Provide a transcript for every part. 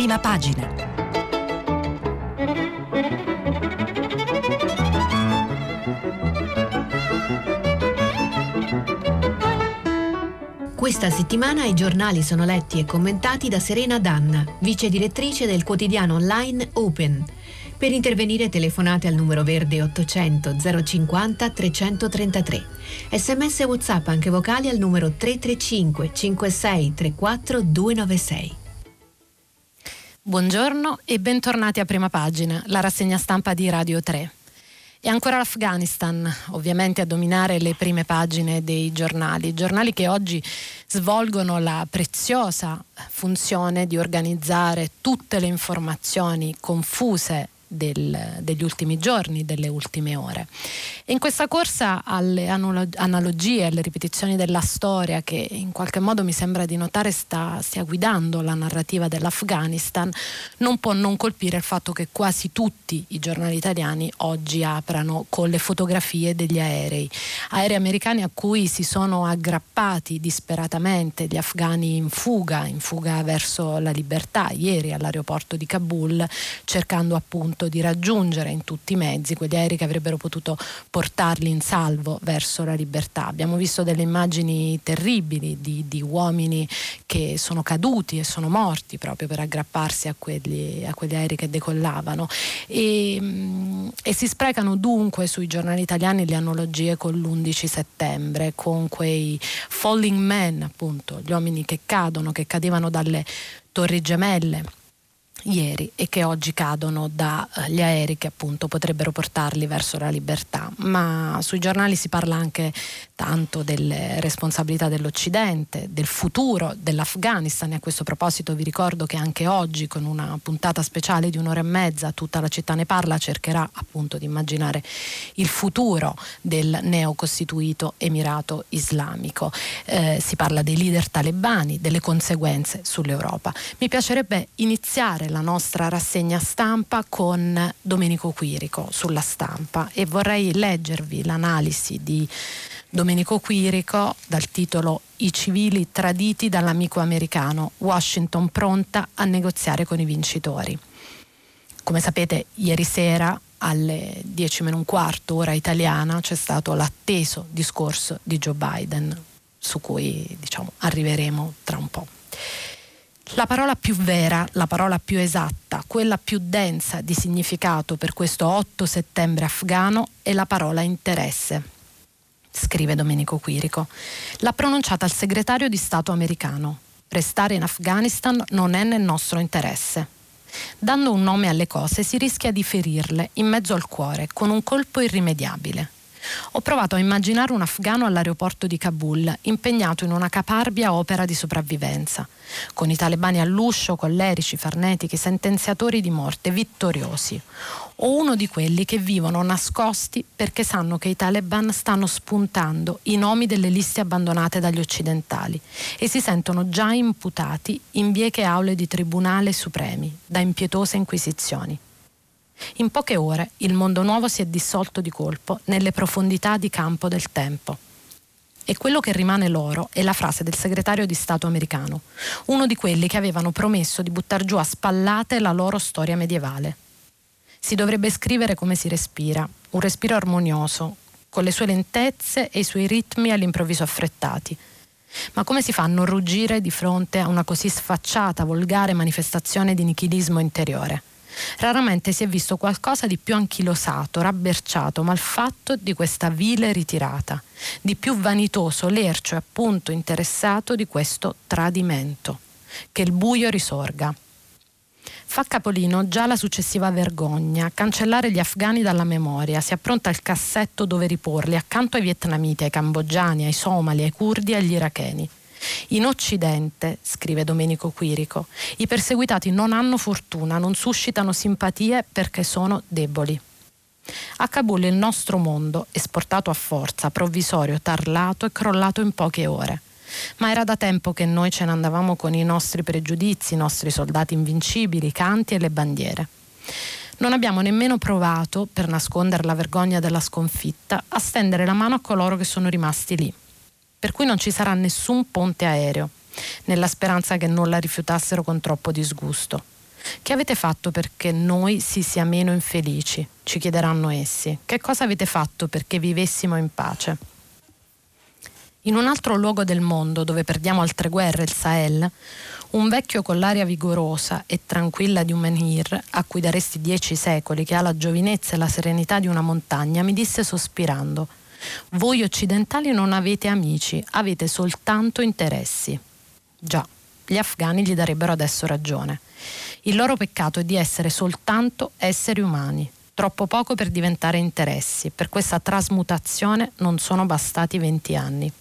Prima pagina. Questa settimana i giornali sono letti e commentati da Serena Danna, vice direttrice del quotidiano online Open. Per intervenire telefonate al numero verde 800 050 333. SMS e WhatsApp anche vocali al numero 335 56 34 296. Buongiorno e bentornati a Prima Pagina, la rassegna stampa di Radio 3. E ancora l'Afghanistan, ovviamente a dominare le prime pagine dei giornali che oggi svolgono la preziosa funzione di organizzare tutte le informazioni confuse degli ultimi giorni, delle ultime ore. E in questa corsa alle analogie, alle ripetizioni della storia che in qualche modo mi sembra di notare stia guidando la narrativa dell'Afghanistan, non può non colpire il fatto che quasi tutti i giornali italiani oggi aprano con le fotografie degli aerei americani a cui si sono aggrappati disperatamente gli afghani in fuga verso la libertà ieri all'aeroporto di Kabul, cercando appunto di raggiungere in tutti i mezzi quegli aerei che avrebbero potuto portarli in salvo verso la libertà. Abbiamo visto delle immagini terribili di uomini che sono caduti e sono morti proprio per aggrapparsi a quegli aerei che decollavano e si sprecano dunque sui giornali italiani le analogie con l'11 settembre, con quei falling men, appunto, gli uomini che cadevano dalle torri gemelle ieri e che oggi cadono dagli aerei che appunto potrebbero portarli verso la libertà. Ma sui giornali si parla anche tanto delle responsabilità dell'Occidente, del futuro dell'Afghanistan, e a questo proposito vi ricordo che anche oggi, con una puntata speciale di 1 ora e mezza, Tutta la città ne parla, cercherà appunto di immaginare il futuro del neocostituito Emirato Islamico. Si parla dei leader talebani, delle conseguenze sull'Europa. Mi piacerebbe iniziare la nostra rassegna stampa con Domenico Quirico sulla Stampa e vorrei leggervi l'analisi di Domenico Quirico dal titolo "I civili traditi dall'amico americano, Washington pronta a negoziare con i vincitori". Come sapete, ieri sera alle 10:15 ora italiana c'è stato l'atteso discorso di Joe Biden, su cui arriveremo tra un po'. La parola più vera, la parola più esatta, quella più densa di significato per questo 8 settembre afghano è la parola interesse, scrive Domenico Quirico. L'ha pronunciata il segretario di Stato americano. Restare in Afghanistan non è nel nostro interesse. Dando un nome alle cose si rischia di ferirle in mezzo al cuore con un colpo irrimediabile. Ho provato a immaginare un afghano all'aeroporto di Kabul impegnato in una caparbia opera di sopravvivenza, con i talebani all'uscio, collerici, farnetichi, sentenziatori di morte, vittoriosi, o uno di quelli che vivono nascosti perché sanno che i Taliban stanno spuntando i nomi delle liste abbandonate dagli occidentali e si sentono già imputati in bieche aule di tribunali supremi da impietose inquisizioni. In poche ore il mondo nuovo si è dissolto di colpo nelle profondità di campo del tempo. E quello che rimane loro è la frase del segretario di Stato americano, uno di quelli che avevano promesso di buttar giù a spallate la loro storia medievale. Si dovrebbe scrivere come si respira, un respiro armonioso, con le sue lentezze e i suoi ritmi all'improvviso affrettati. Ma come si fa a non ruggire di fronte a una così sfacciata, volgare manifestazione di nichilismo interiore? Raramente si è visto qualcosa di più anchilosato, rabberciato, malfatto di questa vile ritirata, di più vanitoso, lercio e appunto interessato di questo tradimento. Che il buio risorga. Fa capolino già la successiva vergogna, cancellare gli afghani dalla memoria, si appronta il cassetto dove riporli accanto ai vietnamiti, ai cambogiani, ai somali, ai curdi e agli iracheni. In Occidente, scrive Domenico Quirico, i perseguitati non hanno fortuna, non suscitano simpatie perché sono deboli. A Kabul il nostro mondo, esportato a forza, provvisorio, tarlato, è crollato in poche ore. Ma era da tempo che noi ce ne andavamo con i nostri pregiudizi, i nostri soldati invincibili, i canti e le bandiere. Non abbiamo nemmeno provato, per nascondere la vergogna della sconfitta, a stendere la mano a coloro che sono rimasti lì. Per cui non ci sarà nessun ponte aereo, nella speranza che non la rifiutassero con troppo disgusto. Che avete fatto perché noi si sia meno infelici? Ci chiederanno essi. Che cosa avete fatto perché vivessimo in pace? In un altro luogo del mondo dove perdiamo altre guerre, il Sahel, un vecchio con l'aria vigorosa e tranquilla di un menhir, a cui daresti 10 secoli, che ha la giovinezza e la serenità di una montagna, mi disse sospirando: voi occidentali non avete amici, avete soltanto interessi. Già, gli afghani gli darebbero adesso ragione. Il loro peccato è di essere soltanto esseri umani, troppo poco per diventare interessi. Per questa trasmutazione non sono bastati 20 anni.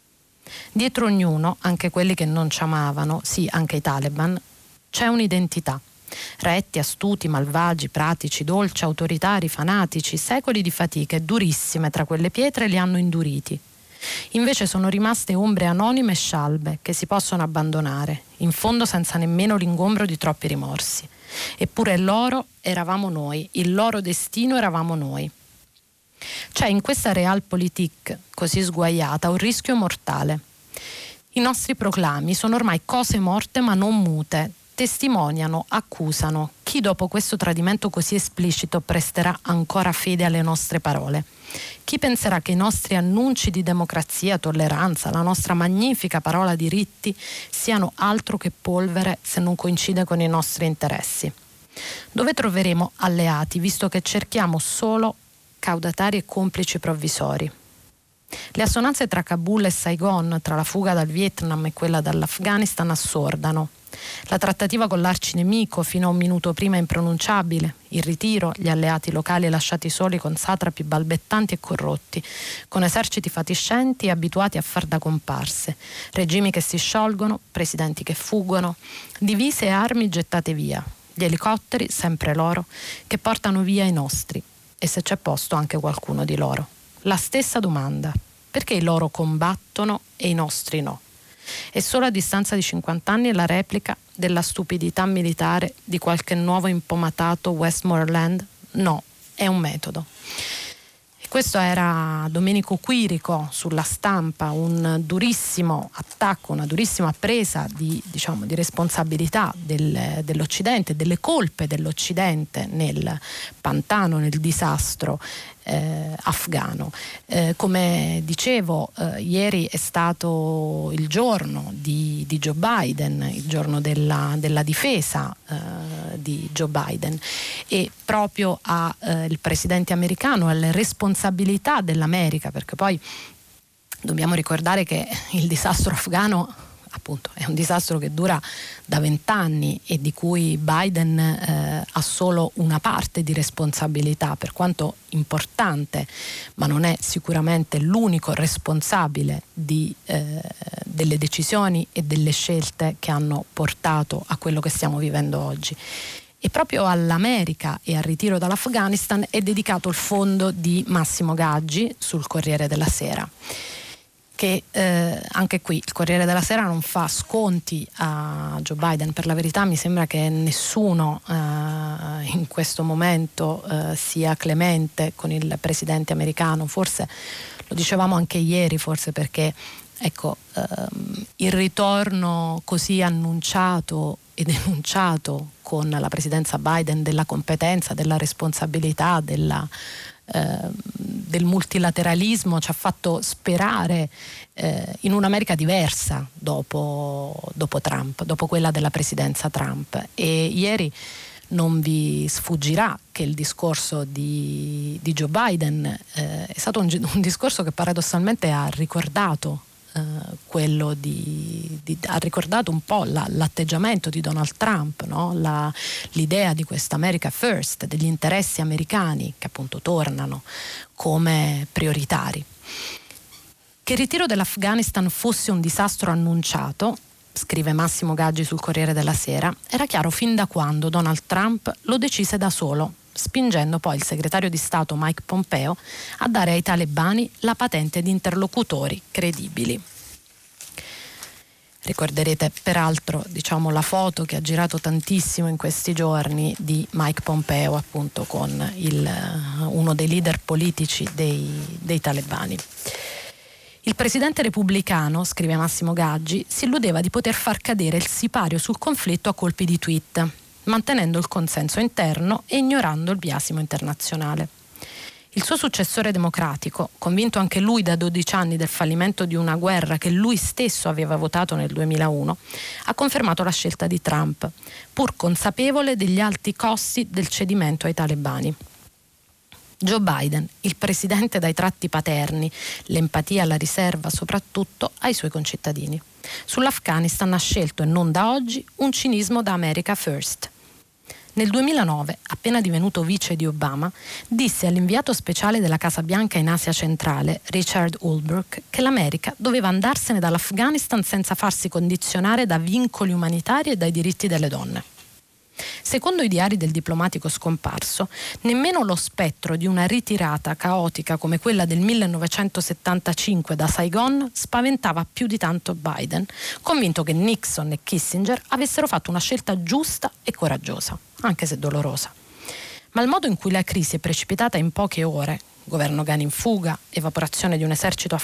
Dietro ognuno, anche quelli che non ci amavano, sì, anche i Taliban, c'è un'identità. Retti, astuti, malvagi, pratici, dolci, autoritari, fanatici, secoli di fatiche durissime tra quelle pietre li hanno induriti. Invece sono rimaste ombre anonime e scialbe che si possono abbandonare, in fondo senza nemmeno l'ingombro di troppi rimorsi. Eppure loro eravamo noi, il loro destino eravamo noi. C'è in questa realpolitik così sguaiata un rischio mortale. I nostri proclami sono ormai cose morte ma non mute, testimoniano, accusano. Chi dopo questo tradimento così esplicito presterà ancora fede alle nostre parole? Chi penserà che i nostri annunci di democrazia, tolleranza, la nostra magnifica parola diritti siano altro che polvere se non coincide con i nostri interessi? Dove troveremo alleati, visto che cerchiamo solo caudatari e complici provvisori? Le assonanze tra Kabul e Saigon, tra la fuga dal Vietnam e quella dall'Afghanistan assordano. La trattativa con l'arcinemico, fino a un minuto prima impronunciabile, il ritiro, gli alleati locali lasciati soli con satrapi balbettanti e corrotti, con eserciti fatiscenti e abituati a far da comparse, regimi che si sciolgono, presidenti che fuggono, divise e armi gettate via, gli elicotteri, sempre loro, che portano via i nostri, e se c'è posto anche qualcuno di loro. La stessa domanda: perché i loro combattono e i nostri no? E solo a distanza di 50 anni la replica della stupidità militare di qualche nuovo impomatato Westmoreland? No, è un metodo. E questo era Domenico Quirico sulla Stampa, un durissimo attacco, una durissima presa di responsabilità dell'Occidente, delle colpe dell'Occidente nel pantano, nel disastro afghano. Come dicevo, ieri è stato il giorno di Joe Biden, il giorno della difesa di Joe Biden, e proprio il presidente americano, alle responsabilità dell'America, perché poi dobbiamo ricordare che il disastro afghano appunto è un disastro che dura da 20 anni e di cui Biden ha solo una parte di responsabilità, per quanto importante, ma non è sicuramente l'unico responsabile delle decisioni e delle scelte che hanno portato a quello che stiamo vivendo oggi. E proprio all'America e al ritiro dall'Afghanistan è dedicato il fondo di Massimo Gaggi sul Corriere della Sera, che anche qui il Corriere della Sera non fa sconti a Joe Biden. Per la verità mi sembra che nessuno in questo momento sia clemente con il presidente americano. Forse lo dicevamo anche ieri, forse perché il ritorno così annunciato e denunciato con la presidenza Biden della competenza, della responsabilità, del multilateralismo ci ha fatto sperare in un'America diversa dopo Trump, dopo quella della presidenza Trump. E ieri non vi sfuggirà che il discorso di Joe Biden è stato un discorso che paradossalmente ha ricordato ha ricordato un po' l'atteggiamento di Donald Trump, no? L'idea di questa America First, degli interessi americani che appunto tornano come prioritari. Che il ritiro dell'Afghanistan fosse un disastro annunciato, scrive Massimo Gaggi sul Corriere della Sera, era chiaro fin da quando Donald Trump lo decise da solo, spingendo poi il segretario di Stato Mike Pompeo a dare ai talebani la patente di interlocutori credibili. Ricorderete peraltro la foto che ha girato tantissimo in questi giorni di Mike Pompeo appunto con uno dei leader politici dei talebani. Il presidente repubblicano, scrive Massimo Gaggi, si illudeva di poter far cadere il sipario sul conflitto a colpi di tweet. mantenendo il consenso interno e ignorando il biasimo internazionale. Il suo successore democratico, convinto anche lui da 12 anni del fallimento di una guerra che lui stesso aveva votato nel 2001, ha confermato la scelta di Trump, pur consapevole degli alti costi del cedimento ai talebani. Joe Biden, il presidente dai tratti paterni, l'empatia alla riserva soprattutto ai suoi concittadini. Sull'Afghanistan ha scelto, e non da oggi, un cinismo da America First. Nel 2009, appena divenuto vice di Obama, disse all'inviato speciale della Casa Bianca in Asia centrale, Richard Holbrooke, che l'America doveva andarsene dall'Afghanistan senza farsi condizionare da vincoli umanitari e dai diritti delle donne. Secondo i diari del diplomatico scomparso, nemmeno lo spettro di una ritirata caotica come quella del 1975 da Saigon spaventava più di tanto Biden, convinto che Nixon e Kissinger avessero fatto una scelta giusta e coraggiosa, anche se dolorosa. Ma il modo in cui la crisi è precipitata in poche ore, governo Ghani in fuga, evaporazione di un esercito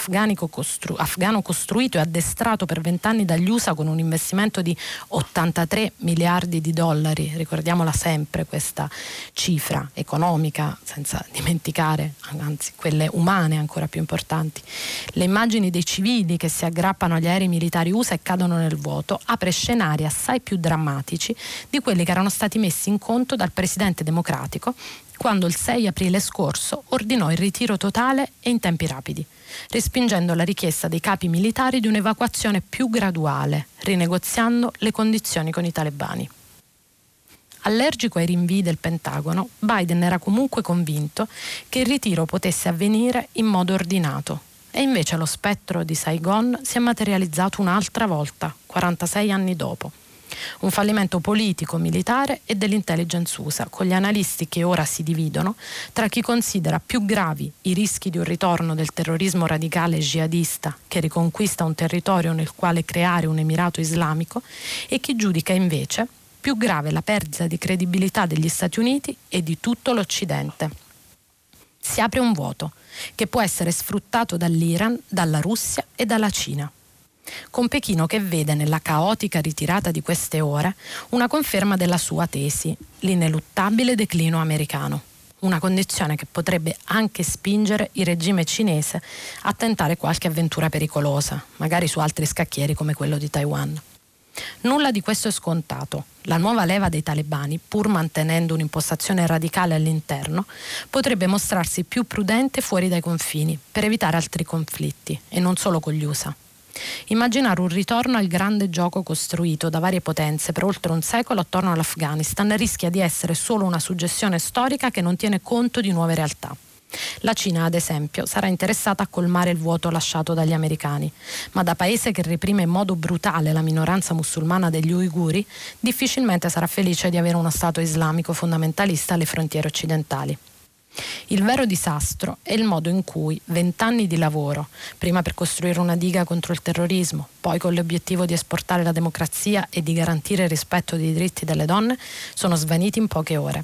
afgano costruito e addestrato per 20 anni dagli USA con un investimento di 83 miliardi di dollari, ricordiamola sempre questa cifra economica, senza dimenticare, anzi quelle umane ancora più importanti. Le immagini dei civili che si aggrappano agli aerei militari USA e cadono nel vuoto apre scenari assai più drammatici di quelli che erano stati messi in conto dal presidente democratico quando il 6 aprile scorso ordinò il ritiro totale e in tempi rapidi, respingendo la richiesta dei capi militari di un'evacuazione più graduale, rinegoziando le condizioni con i talebani. Allergico ai rinvii del Pentagono, Biden era comunque convinto che il ritiro potesse avvenire in modo ordinato, e invece lo spettro di Saigon si è materializzato un'altra volta, 46 anni dopo. Un fallimento politico, militare e dell'intelligence USA, con gli analisti che ora si dividono tra chi considera più gravi i rischi di un ritorno del terrorismo radicale jihadista che riconquista un territorio nel quale creare un emirato islamico e chi giudica invece più grave la perdita di credibilità degli Stati Uniti e di tutto l'Occidente. Si apre un vuoto che può essere sfruttato dall'Iran, dalla Russia e dalla Cina, con Pechino che vede nella caotica ritirata di queste ore una conferma della sua tesi, l'ineluttabile declino americano, una condizione che potrebbe anche spingere il regime cinese a tentare qualche avventura pericolosa, magari su altri scacchieri come quello di Taiwan. Nulla di questo è scontato. La nuova leva dei talebani, pur mantenendo un'impostazione radicale all'interno, potrebbe mostrarsi più prudente fuori dai confini per evitare altri conflitti, e non solo con gli USA. Immaginare un ritorno al grande gioco costruito da varie potenze per oltre un secolo attorno all'Afghanistan rischia di essere solo una suggestione storica che non tiene conto di nuove realtà. La Cina, ad esempio, sarà interessata a colmare il vuoto lasciato dagli americani, ma da paese che reprime in modo brutale la minoranza musulmana degli uiguri, difficilmente sarà felice di avere uno Stato islamico fondamentalista alle frontiere occidentali. Il vero disastro è il modo in cui 20 anni di lavoro, prima per costruire una diga contro il terrorismo, poi con l'obiettivo di esportare la democrazia e di garantire il rispetto dei diritti delle donne, sono svaniti in poche ore.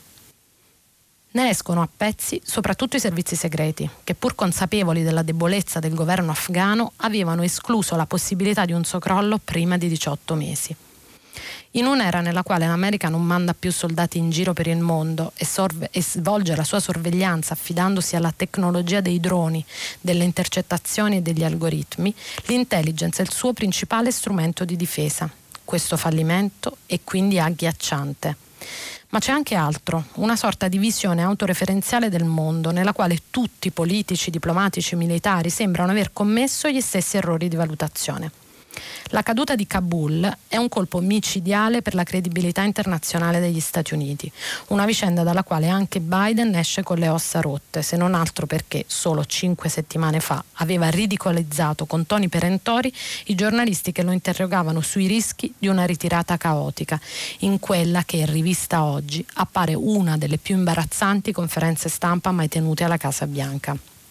Ne escono a pezzi soprattutto i servizi segreti, che pur consapevoli della debolezza del governo afghano avevano escluso la possibilità di un suo crollo prima di 18 mesi. In un'era nella quale l'America non manda più soldati in giro per il mondo e svolge la sua sorveglianza affidandosi alla tecnologia dei droni, delle intercettazioni e degli algoritmi, l'intelligence è il suo principale strumento di difesa. Questo fallimento è quindi agghiacciante. Ma c'è anche altro, una sorta di visione autoreferenziale del mondo nella quale tutti, politici, diplomatici, militari, sembrano aver commesso gli stessi errori di valutazione. La caduta di Kabul è un colpo micidiale per la credibilità internazionale degli Stati Uniti, una vicenda dalla quale anche Biden esce con le ossa rotte, se non altro perché solo 5 settimane fa aveva ridicolizzato con toni perentori i giornalisti che lo interrogavano sui rischi di una ritirata caotica, in quella che, rivista oggi, appare una delle più imbarazzanti conferenze stampa mai tenute alla Casa Bianca.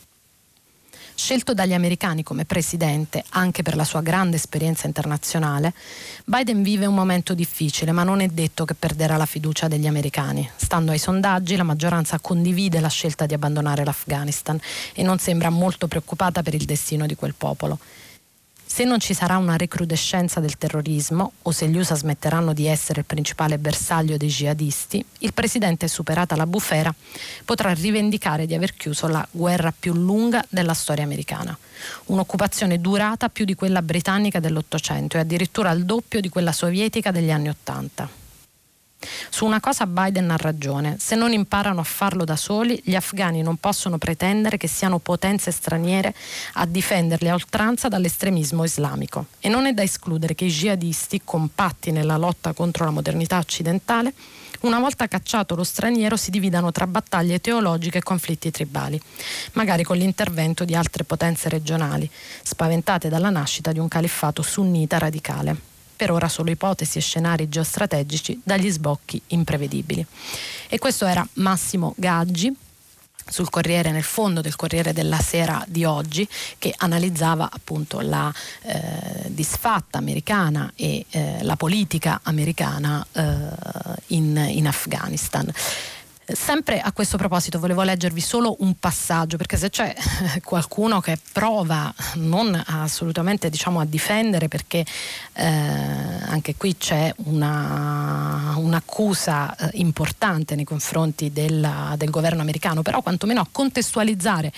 Scelto dagli americani come presidente, anche per la sua grande esperienza internazionale, Biden vive un momento difficile, ma non è detto che perderà la fiducia degli americani. Stando ai sondaggi, la maggioranza condivide la scelta di abbandonare l'Afghanistan e non sembra molto preoccupata per il destino di quel popolo. Se non ci sarà una recrudescenza del terrorismo o se gli USA smetteranno di essere il principale bersaglio dei jihadisti, il presidente, superata la bufera, potrà rivendicare di aver chiuso la guerra più lunga della storia americana. Un'occupazione durata più di quella britannica dell'Ottocento e addirittura il doppio di quella sovietica degli anni Ottanta. Su una cosa Biden ha ragione: se non imparano a farlo da soli, gli afghani non possono pretendere che siano potenze straniere a difenderli a oltranza dall'estremismo islamico. E non è da escludere che i jihadisti, compatti nella lotta contro la modernità occidentale, una volta cacciato lo straniero, si dividano tra battaglie teologiche e conflitti tribali, magari con l'intervento di altre potenze regionali, spaventate dalla nascita di un califfato sunnita radicale. Per ora solo ipotesi e scenari geostrategici dagli sbocchi imprevedibili. E questo era Massimo Gaggi sul Corriere, nel fondo del Corriere della Sera di oggi, che analizzava appunto la disfatta americana e la politica americana in Afghanistan. Sempre a questo proposito volevo leggervi solo un passaggio, perché se c'è qualcuno che prova non assolutamente a difendere, perché anche qui c'è un'accusa importante nei confronti del governo americano, però quantomeno a contestualizzare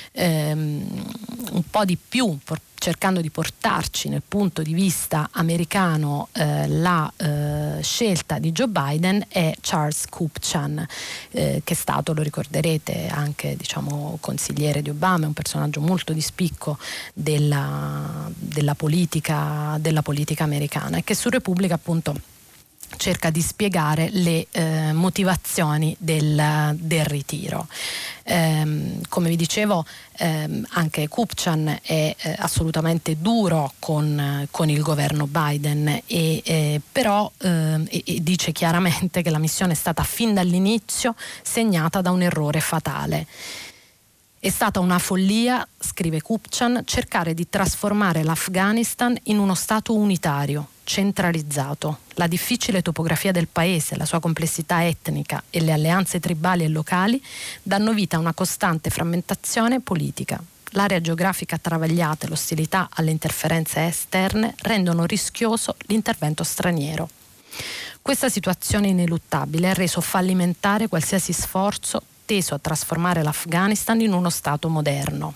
un po' di più, cercando di portarci nel punto di vista americano la scelta di Joe Biden, è Charles Kupchan, che è stato, lo ricorderete, anche consigliere di Obama, è un personaggio molto di spicco della politica americana, e che su Repubblica appunto cerca di spiegare le motivazioni del ritiro. Come vi dicevo, anche Kupchan è assolutamente duro con il governo Biden, però dice chiaramente che la missione è stata fin dall'inizio segnata da un errore fatale. È stata una follia, scrive Kupchan, cercare di trasformare l'Afghanistan in uno stato unitario, centralizzato. La difficile topografia del paese, la sua complessità etnica e le alleanze tribali e locali danno vita a una costante frammentazione politica. L'area geografica travagliata e l'ostilità alle interferenze esterne rendono rischioso l'intervento straniero. Questa situazione ineluttabile ha reso fallimentare qualsiasi sforzo teso a trasformare l'Afghanistan in uno Stato moderno.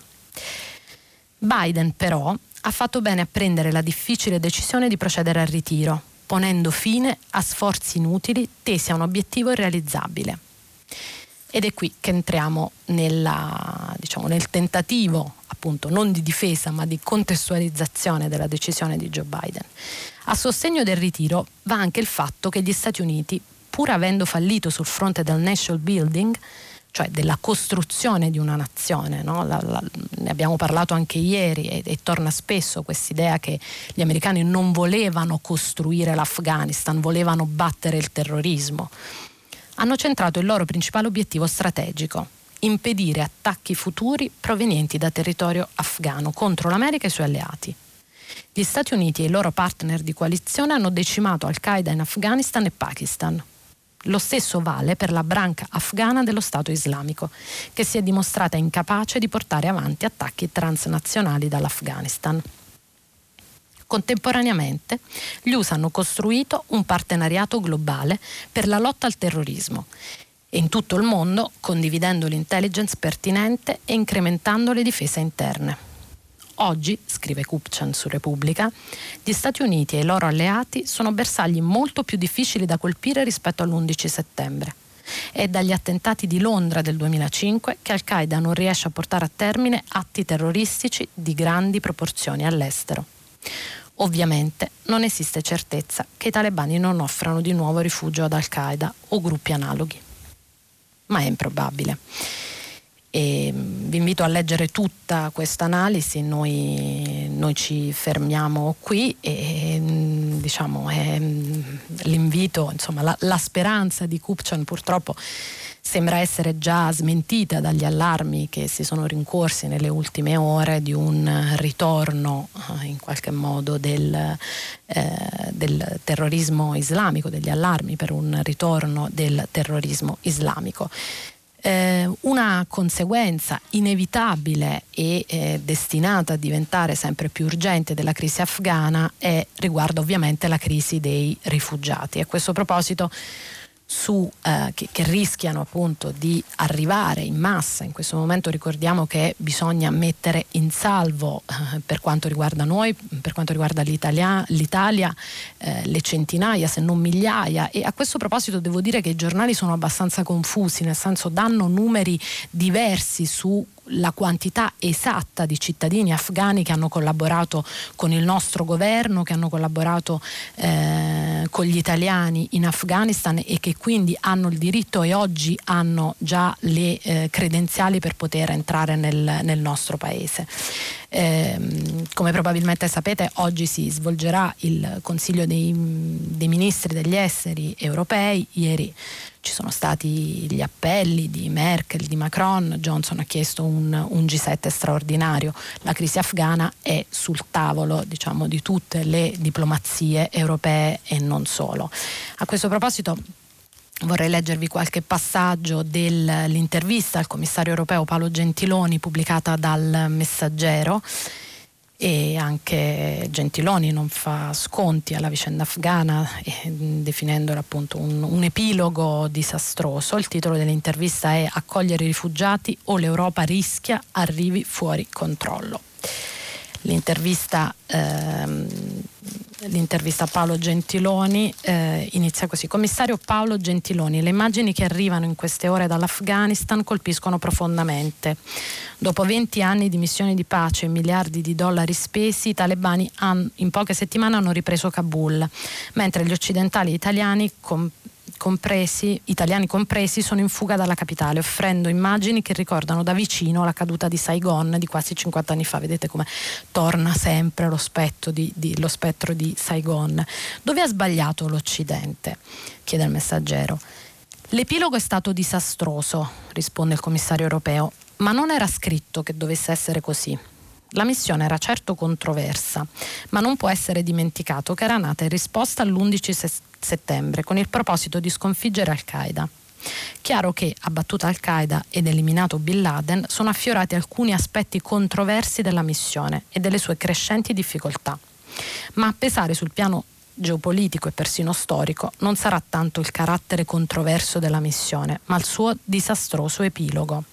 Biden però ha fatto bene a prendere la difficile decisione di procedere al ritiro, ponendo fine a sforzi inutili tesi a un obiettivo irrealizzabile. Ed è qui che entriamo nel tentativo appunto non di difesa ma di contestualizzazione della decisione di Joe Biden. A sostegno del ritiro va anche il fatto che gli Stati Uniti, pur avendo fallito sul fronte del nation building, cioè della costruzione di una nazione, no? Ne abbiamo parlato anche ieri e torna spesso quest'idea che gli americani non volevano costruire l'Afghanistan, volevano battere il terrorismo. Hanno centrato il loro principale obiettivo strategico: impedire attacchi futuri provenienti da territorio afghano contro l'America e i suoi alleati. Gli Stati Uniti e i loro partner di coalizione hanno decimato Al-Qaeda in Afghanistan e Pakistan. Lo stesso vale per la branca afghana dello Stato islamico, che si è dimostrata incapace di portare avanti attacchi transnazionali dall'Afghanistan. Contemporaneamente, gli USA hanno costruito un partenariato globale per la lotta al terrorismo e in tutto il mondo, condividendo l'intelligence pertinente e incrementando le difese interne. Oggi, scrive Kupchan su Repubblica, gli Stati Uniti e i loro alleati sono bersagli molto più difficili da colpire rispetto all'11 settembre. È dagli attentati di Londra del 2005 che Al-Qaeda non riesce a portare a termine atti terroristici di grandi proporzioni all'estero. Ovviamente non esiste certezza che i talebani non offrano di nuovo rifugio ad Al-Qaeda o gruppi analoghi, ma è improbabile. E vi invito a leggere tutta questa analisi. Noi ci fermiamo qui e l'invito, la speranza di Kupchan purtroppo sembra essere già smentita dagli allarmi che si sono rincorsi nelle ultime ore di un ritorno in qualche modo del terrorismo islamico, degli allarmi per un ritorno del terrorismo islamico. Una conseguenza inevitabile e destinata a diventare sempre più urgente della crisi afghana riguarda ovviamente la crisi dei rifugiati. A questo proposito che rischiano appunto di arrivare in massa. In questo momento ricordiamo che bisogna mettere in salvo, per quanto riguarda noi, per quanto riguarda l'Italia, le centinaia se non migliaia, e a questo proposito devo dire che i giornali sono abbastanza confusi, nel senso danno numeri diversi sulla quantità esatta di cittadini afghani che hanno collaborato con il nostro governo, che hanno collaborato con gli italiani in Afghanistan e che quindi hanno il diritto e oggi hanno già le credenziali per poter entrare nel nostro paese. Come probabilmente sapete, oggi si svolgerà il Consiglio dei Ministri degli Esteri europei. Ieri ci sono stati gli appelli di Merkel, di Macron. Johnson ha chiesto un G7 straordinario. La crisi afghana è sul tavolo, diciamo, di tutte le diplomazie europee e non solo. A questo proposito vorrei leggervi qualche passaggio dell'intervista al commissario europeo Paolo Gentiloni pubblicata dal Messaggero, e anche Gentiloni non fa sconti alla vicenda afghana, definendola appunto un epilogo disastroso. Il titolo dell'intervista è "Accogliere i rifugiati o l'Europa rischia arrivi fuori controllo". L'intervista a Paolo Gentiloni inizia così: Commissario Paolo Gentiloni, le immagini che arrivano in queste ore dall'Afghanistan colpiscono profondamente. Dopo 20 anni di missioni di pace e miliardi di dollari spesi, i talebani in poche settimane hanno ripreso Kabul, mentre gli occidentali italiani compresi sono in fuga dalla capitale, offrendo immagini che ricordano da vicino la caduta di Saigon di quasi 50 anni fa. Vedete come torna sempre lo spettro di Saigon. Dove ha sbagliato l'Occidente? Chiede il Messaggero. L'epilogo è stato disastroso, risponde il commissario europeo, ma non era scritto che dovesse essere così. La missione era certo controversa, ma non può essere dimenticato che era nata in risposta all'11 settembre con il proposito di sconfiggere Al-Qaeda. Chiaro che, abbattuta Al-Qaeda ed eliminato Bin Laden, sono affiorati alcuni aspetti controversi della missione e delle sue crescenti difficoltà. Ma a pesare sul piano geopolitico e persino storico non sarà tanto il carattere controverso della missione, ma il suo disastroso epilogo.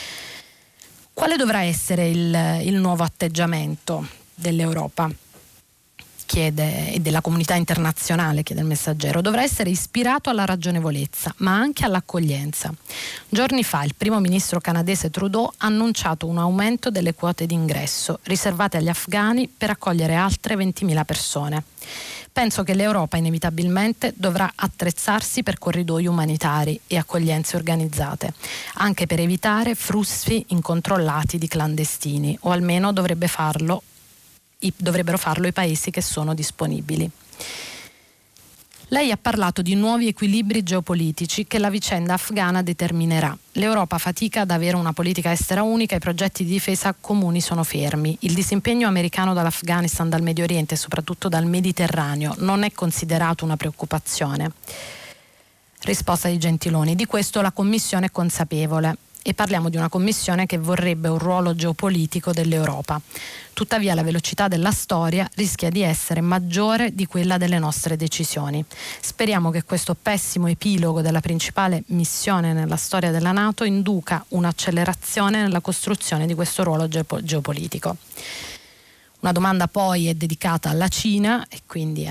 Quale dovrà essere il nuovo atteggiamento dell'Europa? Chiede, e della comunità internazionale, chiede il Messaggero. Dovrà essere ispirato alla ragionevolezza, ma anche all'accoglienza. Giorni fa il primo ministro canadese Trudeau ha annunciato un aumento delle quote d'ingresso riservate agli afghani per accogliere altre 20.000 persone. Penso che l'Europa inevitabilmente dovrà attrezzarsi per corridoi umanitari e accoglienze organizzate, anche per evitare flussi incontrollati di clandestini, o almeno dovrebbero farlo i paesi che sono disponibili. Lei ha parlato di nuovi equilibri geopolitici che la vicenda afghana determinerà. L'Europa fatica ad avere una politica estera unica, i progetti di difesa comuni sono fermi. Il disimpegno americano dall'Afghanistan, dal Medio Oriente e soprattutto dal Mediterraneo non è considerato una preoccupazione. Risposta di Gentiloni: di questo la Commissione è consapevole. E parliamo di una commissione che vorrebbe un ruolo geopolitico dell'Europa. Tuttavia la velocità della storia rischia di essere maggiore di quella delle nostre decisioni. Speriamo che questo pessimo epilogo della principale missione nella storia della NATO induca un'accelerazione nella costruzione di questo ruolo geopolitico. Una domanda poi è dedicata alla Cina e quindi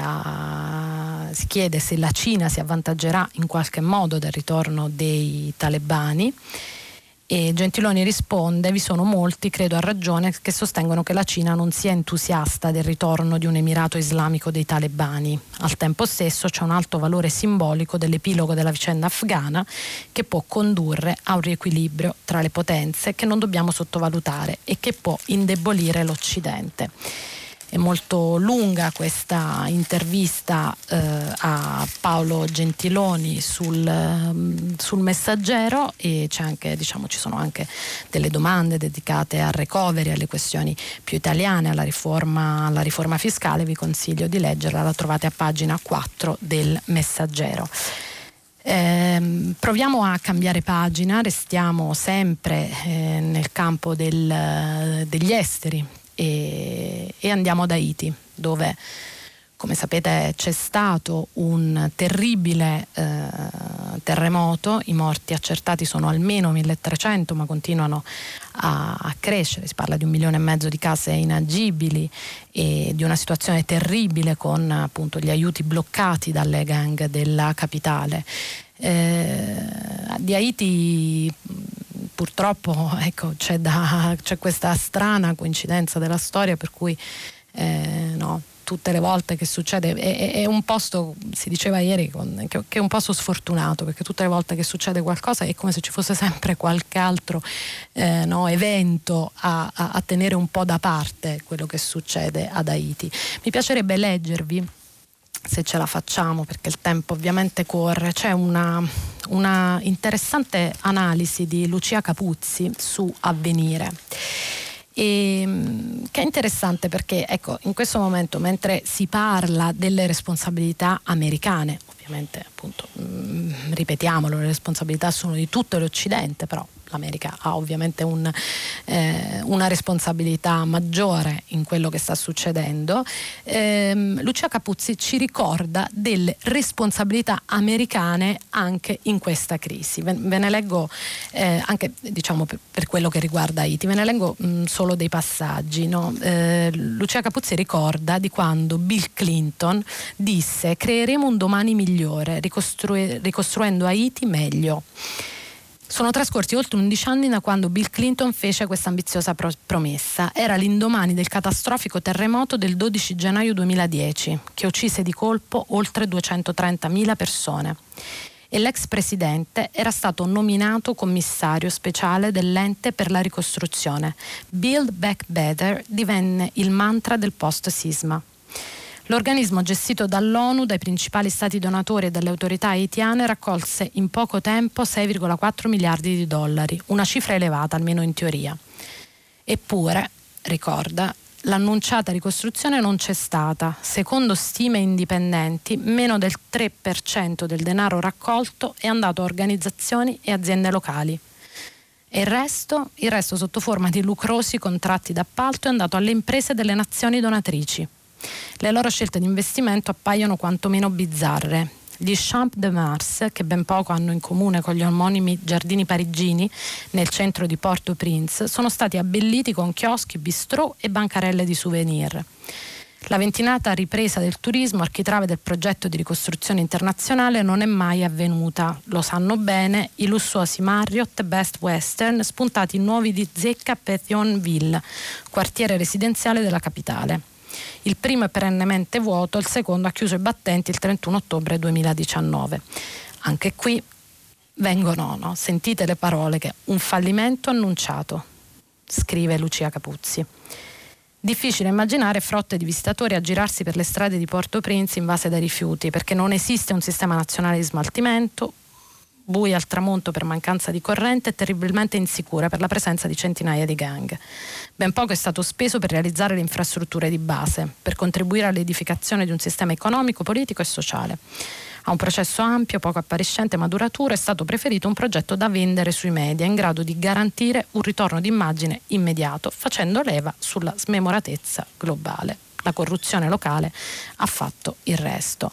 si chiede se la Cina si avvantaggerà in qualche modo del ritorno dei talebani. E Gentiloni risponde: vi sono molti, credo a ragione, che sostengono che la Cina non sia entusiasta del ritorno di un emirato islamico dei talebani. Al tempo stesso c'è un alto valore simbolico dell'epilogo della vicenda afghana che può condurre a un riequilibrio tra le potenze che non dobbiamo sottovalutare e che può indebolire l'Occidente. È molto lunga questa intervista a Paolo Gentiloni sul Messaggero, e c'è anche, ci sono anche delle domande dedicate al recovery, alle questioni più italiane, alla riforma fiscale. Vi consiglio di leggerla, la trovate a pagina 4 del Messaggero. Proviamo a cambiare pagina, restiamo sempre nel campo degli esteri e andiamo ad Haiti, dove, come sapete, c'è stato un terribile terremoto. I morti accertati sono almeno 1300, ma continuano a crescere. Si parla di 1,5 milioni di case inagibili e di una situazione terribile, con appunto gli aiuti bloccati dalle gang della capitale. Di Haiti purtroppo, ecco, c'è questa strana coincidenza della storia per cui tutte le volte che succede, è un posto, si diceva ieri, che è un posto sfortunato, perché tutte le volte che succede qualcosa è come se ci fosse sempre qualche altro evento a tenere un po' da parte quello che succede ad Haiti. Mi piacerebbe leggervi, se ce la facciamo, perché il tempo ovviamente corre, c'è una interessante analisi di Lucia Capuzzi su Avvenire, che è interessante perché, ecco, in questo momento, mentre si parla delle responsabilità americane, ovviamente, appunto, ripetiamolo, le responsabilità sono di tutto l'Occidente, però l'America ha ovviamente una responsabilità maggiore in quello che sta succedendo. Lucia Capuzzi ci ricorda delle responsabilità americane anche in questa crisi. Ve ne leggo anche, diciamo, per quello che riguarda Haiti, ve ne leggo solo dei passaggi, no? Lucia Capuzzi ricorda di quando Bill Clinton disse: creeremo un domani migliore, ricostruendo Haiti meglio. Sono trascorsi oltre 11 anni da quando Bill Clinton fece questa ambiziosa promessa. Era l'indomani del catastrofico terremoto del 12 gennaio 2010, che uccise di colpo oltre 230.000 persone. E l'ex presidente era stato nominato commissario speciale dell'ente per la ricostruzione. Build Back Better divenne il mantra del post-sisma. L'organismo, gestito dall'ONU, dai principali stati donatori e dalle autorità haitiane, raccolse in poco tempo 6,4 miliardi di dollari, una cifra elevata almeno in teoria. Eppure, ricorda, l'annunciata ricostruzione non c'è stata. Secondo stime indipendenti, meno del 3% del denaro raccolto è andato a organizzazioni e aziende locali. E il resto sotto forma di lucrosi contratti d'appalto è andato alle imprese delle nazioni donatrici. Le loro scelte di investimento appaiono quantomeno bizzarre. Gli Champs de Mars, che ben poco hanno in comune con gli omonimi giardini parigini nel centro di Port-au-Prince, sono stati abbelliti con chioschi, bistrò e bancarelle di souvenir. La ventinata ripresa del turismo, architrave del progetto di ricostruzione internazionale, non è mai avvenuta. Lo sanno bene i lussuosi Marriott e Best Western, spuntati nuovi di zecca a Pétionville, quartiere residenziale della capitale. Il primo è perennemente vuoto, il secondo ha chiuso i battenti il 31 ottobre 2019. Anche qui vengono, sentite le parole, che un fallimento annunciato, scrive Lucia Capuzzi. Difficile immaginare frotte di visitatori a girarsi per le strade di Port-au-Prince invase da rifiuti, perché non esiste un sistema nazionale di smaltimento, buia al tramonto per mancanza di corrente e terribilmente insicura per la presenza di centinaia di gang. Ben poco è stato speso per realizzare le infrastrutture di base, per contribuire all'edificazione di un sistema economico, politico e sociale. A un processo ampio, poco appariscente ma duraturo, è stato preferito un progetto da vendere sui media, in grado di garantire un ritorno d'immagine immediato, facendo leva sulla smemoratezza globale. La corruzione locale ha fatto il resto.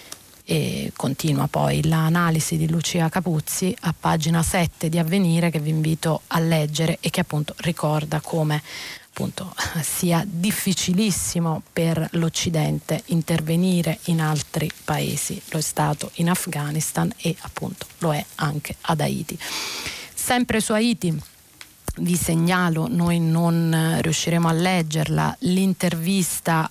E continua poi l'analisi di Lucia Capuzzi a pagina 7 di Avvenire, che vi invito a leggere e che appunto ricorda come appunto sia difficilissimo per l'Occidente intervenire in altri paesi. Lo è stato in Afghanistan e appunto lo è anche ad Haiti. Sempre su Haiti vi segnalo, noi non riusciremo a leggerla, l'intervista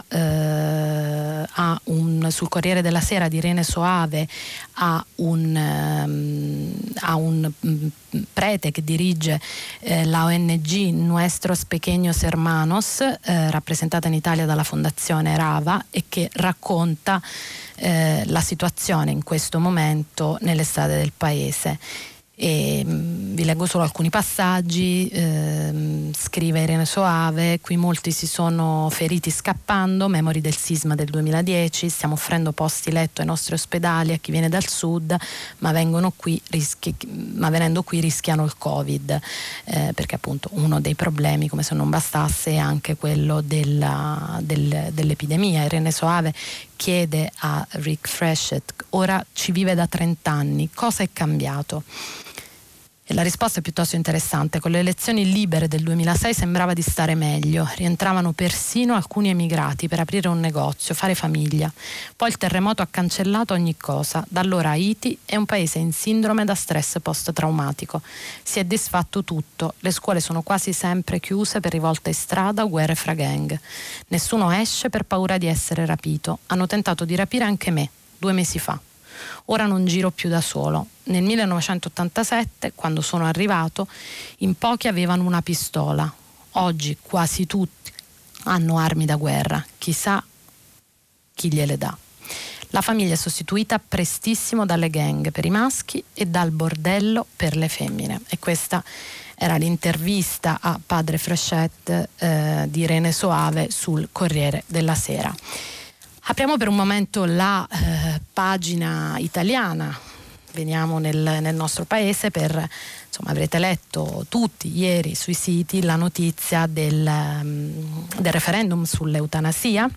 sul Corriere della Sera di Irene Soave a un prete che dirige la ONG Nuestros Pequeños Hermanos, rappresentata in Italia dalla Fondazione Rava, e che racconta la situazione in questo momento nelle strade del paese. E vi leggo solo alcuni passaggi. Scrive Irene Soave: qui molti si sono feriti scappando, memori del sisma del 2010, stiamo offrendo posti letto ai nostri ospedali a chi viene dal sud, ma venendo qui rischiano il Covid, perché appunto uno dei problemi, come se non bastasse, è anche quello dell'epidemia. Irene Soave chiede a Rick Freshet: ora ci vive da 30 anni, cosa è cambiato? E la risposta è piuttosto interessante. Con le elezioni libere del 2006 sembrava di stare meglio, rientravano persino alcuni emigrati per aprire un negozio, fare famiglia. Poi il terremoto ha cancellato ogni cosa, da allora Haiti è un paese in sindrome da stress post-traumatico. Si è disfatto tutto, le scuole sono quasi sempre chiuse per rivolte in strada o guerre fra gang. Nessuno esce per paura di essere rapito, hanno tentato di rapire anche me 2 mesi fa. Ora non giro più da solo. Nel 1987, quando sono arrivato, in pochi avevano una pistola. Oggi quasi tutti hanno armi da guerra. Chissà chi gliele dà. La famiglia è sostituita prestissimo dalle gang per i maschi e dal bordello per le femmine. E questa era l'intervista a padre Freshet di Irene Soave sul Corriere della Sera. Apriamo per un momento la pagina italiana, veniamo nel nostro paese avrete letto tutti ieri sui siti la notizia del referendum sull'eutanasia,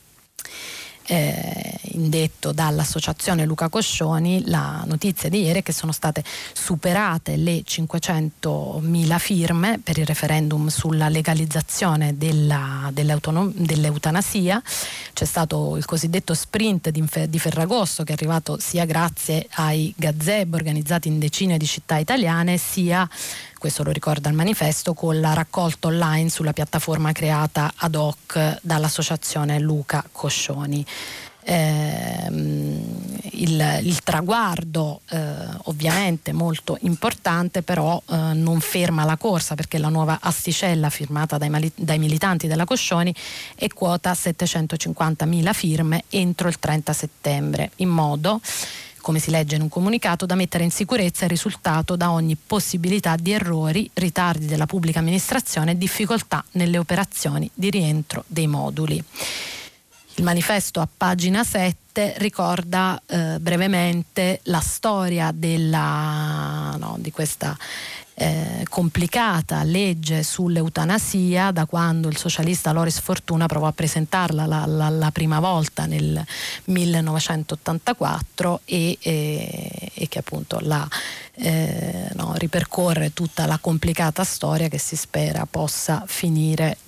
indetto dall'associazione Luca Coscioni. La notizia di ieri è che sono state superate le 500.000 firme per il referendum sulla legalizzazione dell'eutanasia. C'è stato il cosiddetto sprint di Ferragosto, che è arrivato sia grazie ai gazebo organizzati in decine di città italiane, sia, questo lo ricorda il manifesto, con la raccolta online sulla piattaforma creata ad hoc dall'associazione Luca Coscioni. Il traguardo ovviamente molto importante, però non ferma la corsa, perché la nuova asticella firmata dai militanti della Coscioni è quota 750.000 firme entro il 30 settembre, in modo, come si legge in un comunicato, da mettere in sicurezza il risultato da ogni possibilità di errori, ritardi della pubblica amministrazione e difficoltà nelle operazioni di rientro dei moduli. Il manifesto a pagina 7 ricorda brevemente la storia di questa complicata legge sull'eutanasia, da quando il socialista Loris Fortuna provò a presentarla la prima volta nel 1984 e che appunto ripercorre tutta la complicata storia che si spera possa finire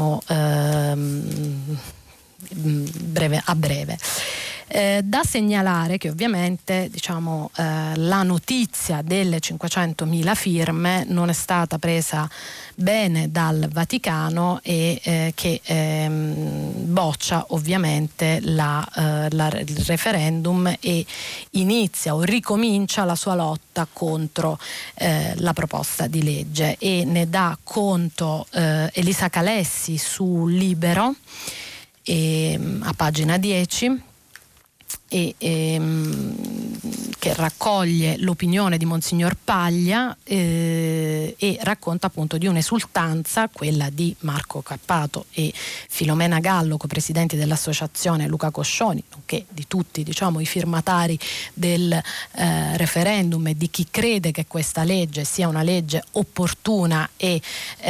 a breve. Da segnalare che ovviamente la notizia delle 500.000 firme non è stata presa bene dal Vaticano e che boccia ovviamente il referendum e inizia o ricomincia la sua lotta contro la proposta di legge, e ne dà conto Elisa Calessi su Libero a pagina 10, che raccoglie l'opinione di Monsignor Paglia e racconta appunto di un'esultanza, quella di Marco Cappato e Filomena Gallo, copresidenti dell'associazione Luca Coscioni, nonché di tutti i firmatari del referendum, e di chi crede che questa legge sia una legge opportuna e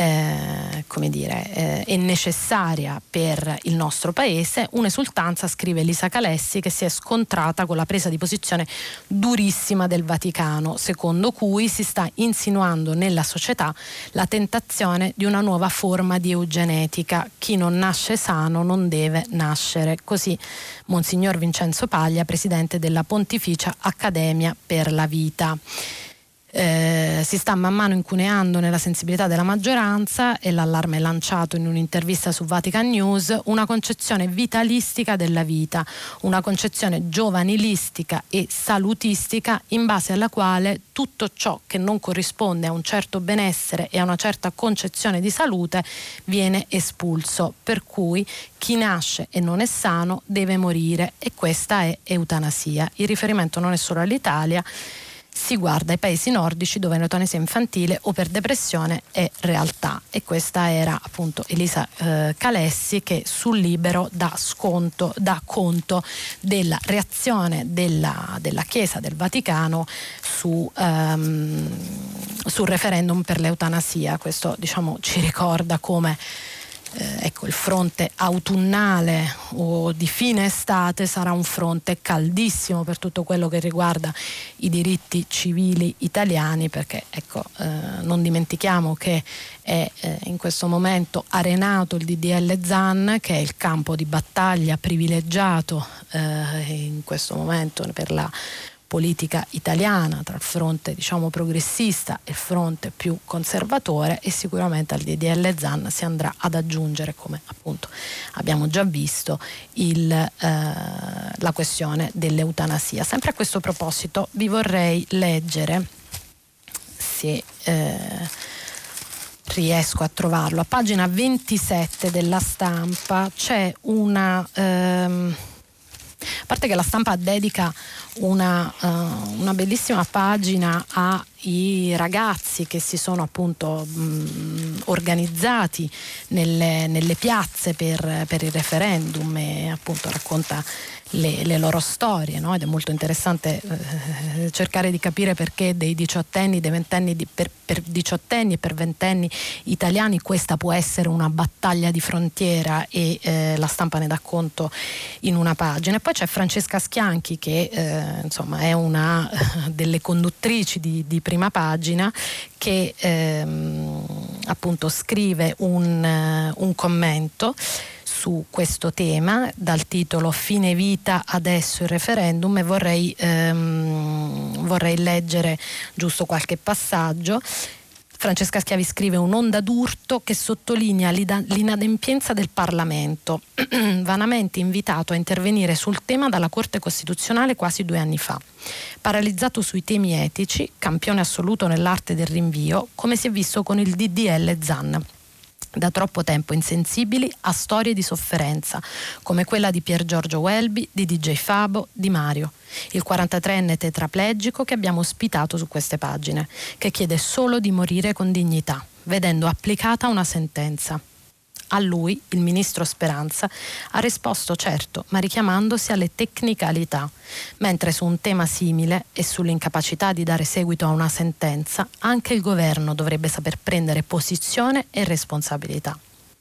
necessaria per il nostro paese. Un'esultanza, scrive Elisa Calessi, che si è scontrata con la presa di posizione durissima del Vaticano, secondo cui si sta insinuando nella società la tentazione di una nuova forma di eugenetica. Chi non nasce sano non deve nascere. Così Monsignor Vincenzo Paglia, presidente della Pontificia Accademia per la Vita. Si sta man mano incuneando nella sensibilità della maggioranza, e l'allarme è lanciato in un'intervista su Vatican News, una concezione vitalistica della vita, una concezione giovanilistica e salutistica in base alla quale tutto ciò che non corrisponde a un certo benessere e a una certa concezione di salute viene espulso, per cui chi nasce e non è sano deve morire, e questa è eutanasia. Il riferimento non è solo all'Italia, si guarda ai paesi nordici dove l'eutanasia infantile o per depressione è realtà. E questa era appunto Elisa Calessi, che sul Libero dà conto della reazione della Chiesa del Vaticano sul referendum per l'eutanasia. Questo, diciamo, ci ricorda come il fronte autunnale o di fine estate sarà un fronte caldissimo per tutto quello che riguarda i diritti civili italiani, perché non dimentichiamo che è in questo momento arenato il DDL Zan, che è il campo di battaglia privilegiato in questo momento per la politica italiana, tra il fronte, diciamo, progressista e il fronte più conservatore, e sicuramente al DDL Zan si andrà ad aggiungere, come appunto abbiamo già visto, la questione dell'eutanasia. Sempre a questo proposito vi vorrei leggere, se riesco a trovarlo, a pagina 27 della Stampa c'è una a parte che la Stampa dedica una bellissima pagina ai ragazzi che si sono appunto organizzati nelle piazze per il referendum, e appunto racconta le loro storie, no? Ed è molto interessante cercare di capire perché dei diciottenni, dei ventenni, per diciottenni e per ventenni italiani questa può essere una battaglia di frontiera, e la Stampa ne dà conto in una pagina. E poi c'è Francesca Schianchi, che insomma è una delle conduttrici di Prima Pagina, che appunto scrive un commento su questo tema dal titolo "Fine vita, adesso il referendum", e vorrei leggere giusto qualche passaggio. Francesca Schiavi scrive: "Un'onda d'urto che sottolinea l'inadempienza del Parlamento, vanamente invitato a intervenire sul tema dalla Corte Costituzionale quasi 2 anni fa. Paralizzato sui temi etici, campione assoluto nell'arte del rinvio, come si è visto con il DDL Zan. Da troppo tempo insensibili a storie di sofferenza, come quella di Pier Giorgio Welby, di DJ Fabo, di Mario, il 43enne tetraplegico che abbiamo ospitato su queste pagine, che chiede solo di morire con dignità, vedendo applicata una sentenza. A lui, il ministro Speranza, ha risposto certo, ma richiamandosi alle tecnicalità, mentre su un tema simile e sull'incapacità di dare seguito a una sentenza, anche il governo dovrebbe saper prendere posizione e responsabilità.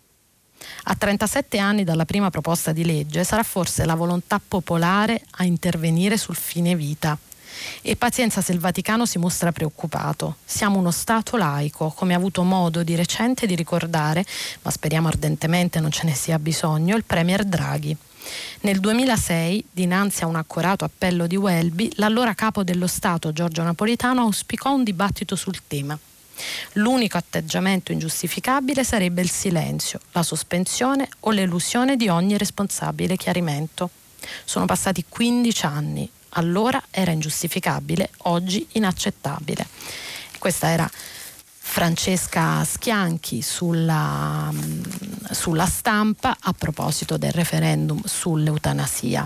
A 37 anni dalla prima proposta di legge sarà forse la volontà popolare a intervenire sul fine vita. E pazienza se il Vaticano si mostra preoccupato. Siamo uno Stato laico, come ha avuto modo di recente di ricordare, ma speriamo ardentemente non ce ne sia bisogno, il Premier Draghi. Nel 2006, dinanzi a un accorato appello di Welby, l'allora capo dello Stato Giorgio Napolitano auspicò un dibattito sul tema. L'unico atteggiamento ingiustificabile sarebbe il silenzio, la sospensione o l'elusione di ogni responsabile chiarimento. Sono passati 15 anni. Allora era ingiustificabile, oggi inaccettabile. Questa era Francesca Schianchi sulla Stampa a proposito del referendum sull'eutanasia.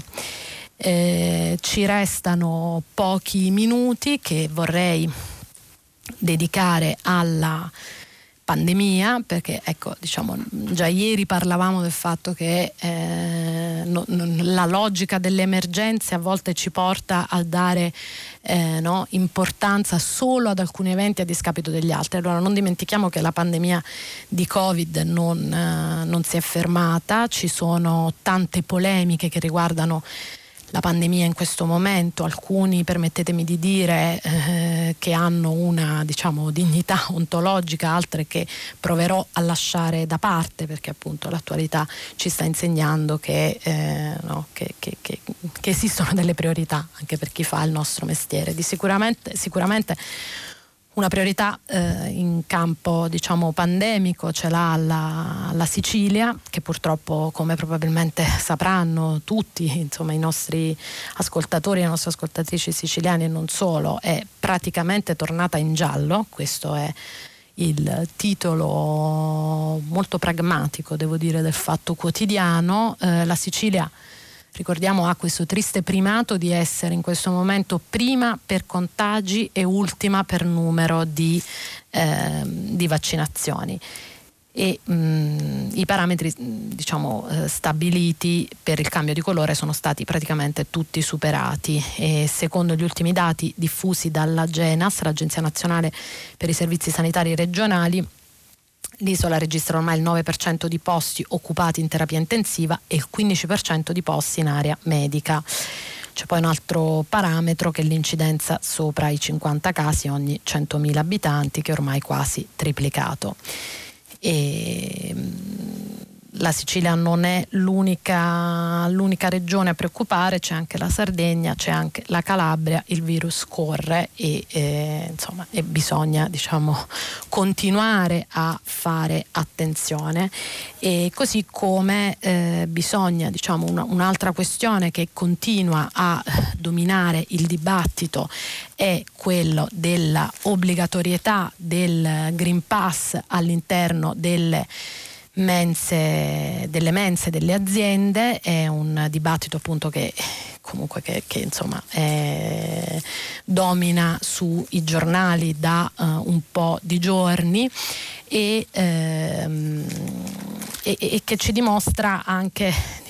Ci restano pochi minuti che vorrei dedicare alla pandemia, perché già ieri parlavamo del fatto che la logica delle emergenze a volte ci porta a dare importanza solo ad alcuni eventi a discapito degli altri. Allora non dimentichiamo che la pandemia di Covid non si è fermata, ci sono tante polemiche che riguardano la pandemia in questo momento, alcuni, permettetemi di dire, che hanno una dignità ontologica, altre che proverò a lasciare da parte, perché appunto l'attualità ci sta insegnando che esistono delle priorità anche per chi fa il nostro mestiere. Sicuramente una priorità in campo pandemico ce l'ha la Sicilia, che purtroppo, come probabilmente sapranno tutti, i nostri ascoltatori e le nostre ascoltatrici siciliane e non solo, è praticamente tornata in giallo. Questo è il titolo molto pragmatico, devo dire, del Fatto Quotidiano. La Sicilia ricordiamo, ha questo triste primato di essere in questo momento prima per contagi e ultima per numero di vaccinazioni. E i parametri stabiliti per il cambio di colore sono stati praticamente tutti superati, e secondo gli ultimi dati diffusi dall'Agenas, l'Agenzia Nazionale per i Servizi Sanitari Regionali, l'isola registra ormai il 9% di posti occupati in terapia intensiva e il 15% di posti in area medica. C'è poi un altro parametro, che è l'incidenza sopra i 50 casi ogni 100.000 abitanti, che è ormai quasi triplicato. E la Sicilia non è l'unica regione a preoccupare, c'è anche la Sardegna, c'è anche la Calabria, il virus corre e bisogna continuare a fare attenzione, e così come bisogna un'altra questione che continua a dominare il dibattito è quello della obbligatorietà del Green Pass all'interno delle mense delle aziende. È un dibattito appunto che domina sui giornali da un po' di giorni e che ci dimostra anche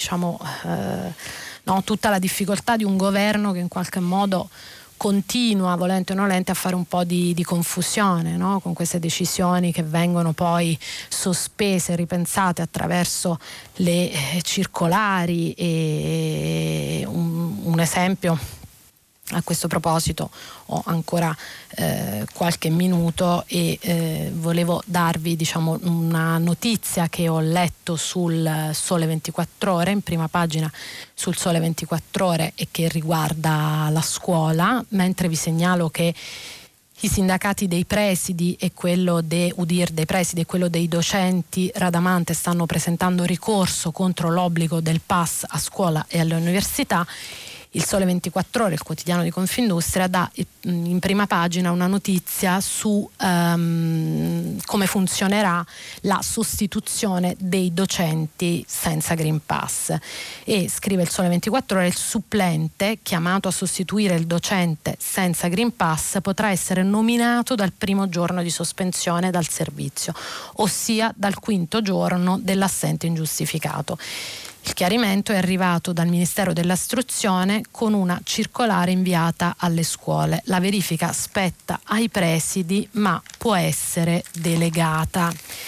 tutta la difficoltà di un governo che in qualche modo continua, volente o nolente, a fare un po' di confusione, no? Con queste decisioni che vengono poi sospese, ripensate attraverso le circolari. E un esempio a questo proposito, ho ancora qualche minuto e volevo darvi una notizia che ho letto sul Sole 24 Ore, in prima pagina sul Sole 24 Ore, e che riguarda la scuola, mentre vi segnalo che i sindacati dei presidi e quello dei presidi e quello dei docenti Radamante stanno presentando ricorso contro l'obbligo del pass a scuola e alle università. Il Sole 24 Ore, il quotidiano di Confindustria, dà in prima pagina una notizia su come funzionerà la sostituzione dei docenti senza Green Pass. E scrive il Sole 24 Ore: il supplente chiamato a sostituire il docente senza Green Pass potrà essere nominato dal primo giorno di sospensione dal servizio, ossia dal quinto giorno dell'assente ingiustificato. Il chiarimento è arrivato dal Ministero dell'Istruzione con una circolare inviata alle scuole. La verifica spetta ai presidi, ma può essere delegata.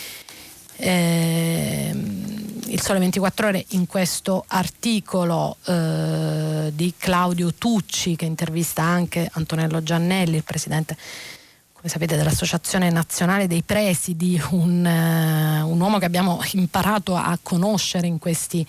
Il Sole 24 Ore, in questo articolo di Claudio Tucci, che intervista anche Antonello Giannelli, il presidente, come sapete, dell'Associazione Nazionale dei Presidi, un uomo che abbiamo imparato a conoscere in questi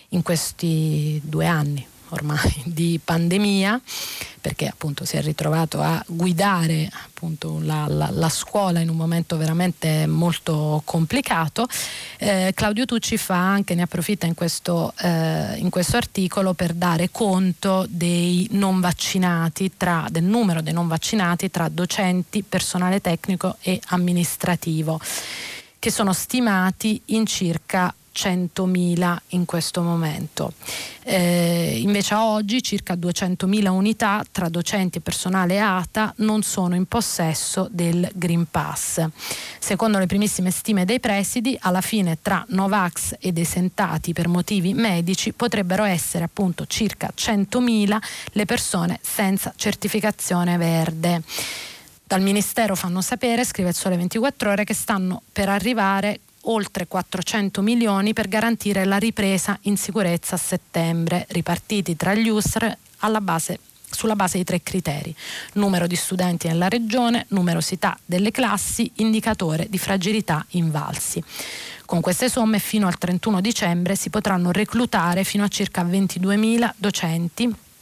2 anni ormai di pandemia, perché appunto si è ritrovato a guidare appunto la scuola in un momento veramente molto complicato. Claudio Tucci ne approfitta in questo articolo per dare conto dei non vaccinati, del numero dei non vaccinati tra docenti, personale tecnico e amministrativo, che sono stimati in circa 100.000 in questo momento. Invece a oggi circa 200.000 unità tra docenti e personale ATA non sono in possesso del Green Pass. Secondo le primissime stime dei presidi, alla fine tra Novax ed esentati per motivi medici potrebbero essere appunto circa 100.000 le persone senza certificazione verde. Dal Ministero fanno sapere, scrive il Sole 24 Ore, che stanno per arrivare oltre 400 milioni per garantire la ripresa in sicurezza a settembre, ripartiti tra gli USR sulla base di 3 criteri: numero di studenti nella regione, numerosità delle classi, indicatore di fragilità invalsi. Con queste somme fino al 31 dicembre si potranno reclutare fino a circa 22.000 docenti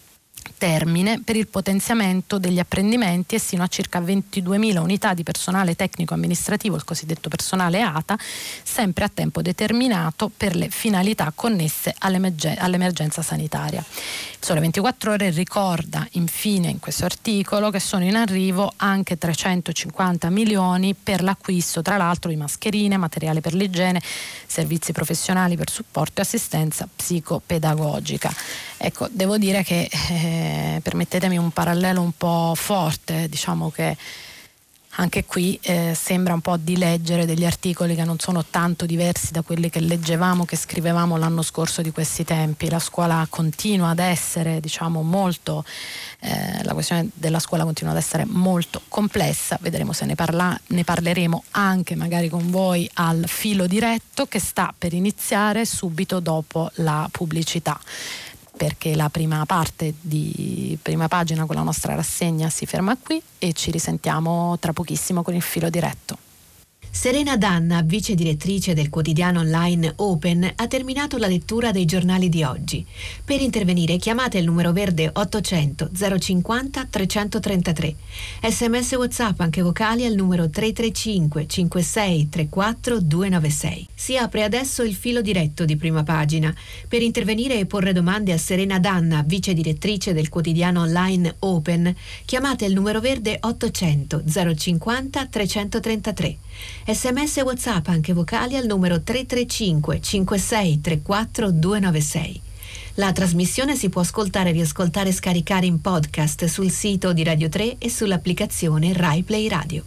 termine per il potenziamento degli apprendimenti e sino a circa 22.000 unità di personale tecnico-amministrativo, il cosiddetto personale ATA, sempre a tempo determinato per le finalità connesse all'emergenza sanitaria. Il Sole 24 Ore ricorda infine in questo articolo che sono in arrivo anche 350 milioni per l'acquisto, tra l'altro, di mascherine, materiale per l'igiene, servizi professionali per supporto e assistenza psicopedagogica. Ecco, devo dire che permettetemi un parallelo un po' forte, diciamo che anche qui sembra un po' di leggere degli articoli che non sono tanto diversi da quelli che leggevamo, che scrivevamo l'anno scorso di questi tempi. La scuola continua ad essere, diciamo, molto, la questione della scuola continua ad essere molto complessa. Vedremo se ne parleremo anche magari con voi al filo diretto, che sta per iniziare subito dopo la pubblicità, perché la prima parte di Prima Pagina con la nostra rassegna si ferma qui e ci risentiamo tra pochissimo con il filo diretto. Serena Danna, vice direttrice del quotidiano online Open, ha terminato la lettura dei giornali di oggi. Per intervenire chiamate il numero verde 800 050 333. SMS WhatsApp anche vocali al numero 335 56 34 296. Si apre adesso il filo diretto di Prima Pagina. Per intervenire e porre domande a Serena Danna, vice direttrice del quotidiano online Open, chiamate il numero verde 800 050 333. SMS WhatsApp anche vocali al numero 335 56 34 296. La trasmissione si può ascoltare, riascoltare e scaricare in podcast sul sito di Radio 3 e sull'applicazione Rai Play Radio.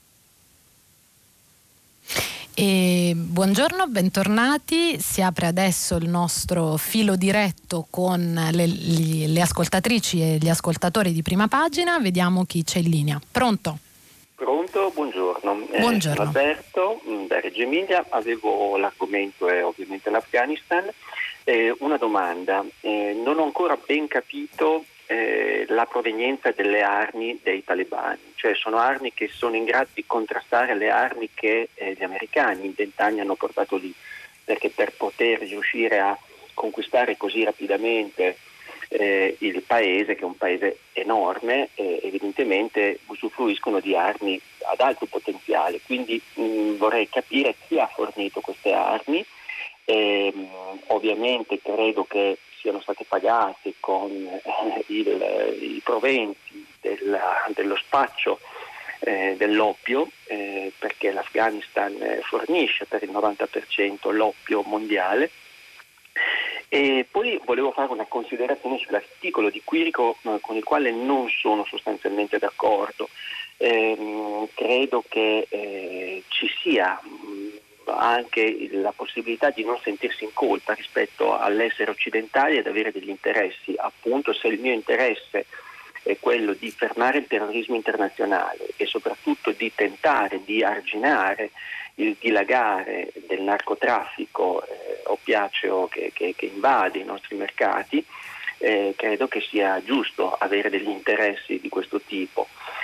E buongiorno, bentornati. Si apre adesso il nostro filo diretto con le ascoltatrici e gli ascoltatori di Prima Pagina. Vediamo chi c'è in linea. Pronto? Pronto, buongiorno. Buongiorno. Sono Alberto da Reggio Emilia, avevo l'argomento è ovviamente l'Afghanistan. Una domanda, non ho ancora ben capito la provenienza delle armi dei talebani, cioè sono armi che sono in grado di contrastare le armi che gli americani in 20 anni hanno portato lì, perché per poter riuscire a conquistare così rapidamente il paese, che è un paese enorme, evidentemente usufruiscono di armi ad alto potenziale, quindi vorrei capire chi ha fornito queste armi. Ovviamente credo che siano state pagate con i proventi dello spaccio dell'oppio, perché l'Afghanistan fornisce per il 90% l'oppio mondiale. E poi volevo fare una considerazione sull'articolo di Quirico con il quale non sono sostanzialmente d'accordo. Credo che ci sia anche la possibilità di non sentirsi in colpa rispetto all'essere occidentali ed avere degli interessi. Appunto, se il mio interesse è quello di fermare il terrorismo internazionale e soprattutto di tentare di arginare il dilagare del narcotraffico oppiaceo che invade i nostri mercati, credo che sia giusto avere degli interessi di questo tipo.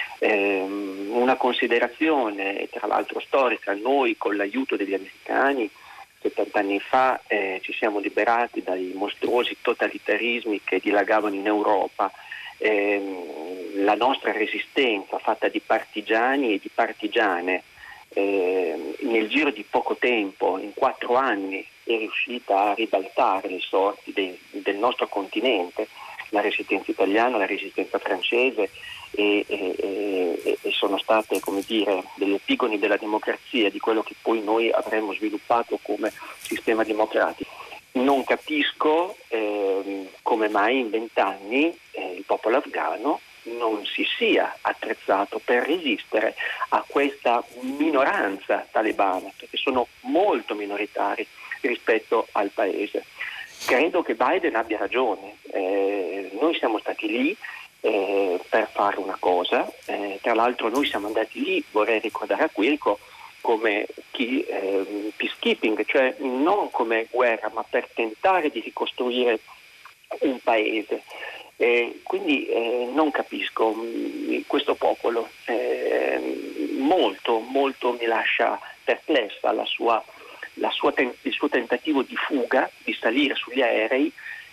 Una considerazione, tra l'altro storica: noi con l'aiuto degli americani 70 anni fa ci siamo liberati dai mostruosi totalitarismi che dilagavano in Europa. La nostra resistenza, fatta di partigiani e di partigiane, nel giro di poco tempo, in 4 anni, è riuscita a ribaltare le sorti del nostro continente, la resistenza italiana, la resistenza francese, e sono state, come dire, delle epigoni della democrazia, di quello che poi noi avremmo sviluppato come sistema democratico. Non capisco come mai in 20 anni il popolo afghano non si sia attrezzato per resistere a questa minoranza talebana, perché sono molto minoritari rispetto al paese. Credo che Biden abbia ragione. Noi siamo stati lì per fare una cosa, tra l'altro noi siamo andati lì, vorrei ricordare a Quirico, come peacekeeping, cioè non come guerra, ma per tentare di ricostruire un paese. Quindi non capisco questo popolo, molto mi lascia perplessa il suo tentativo di fuga, di salire sugli aerei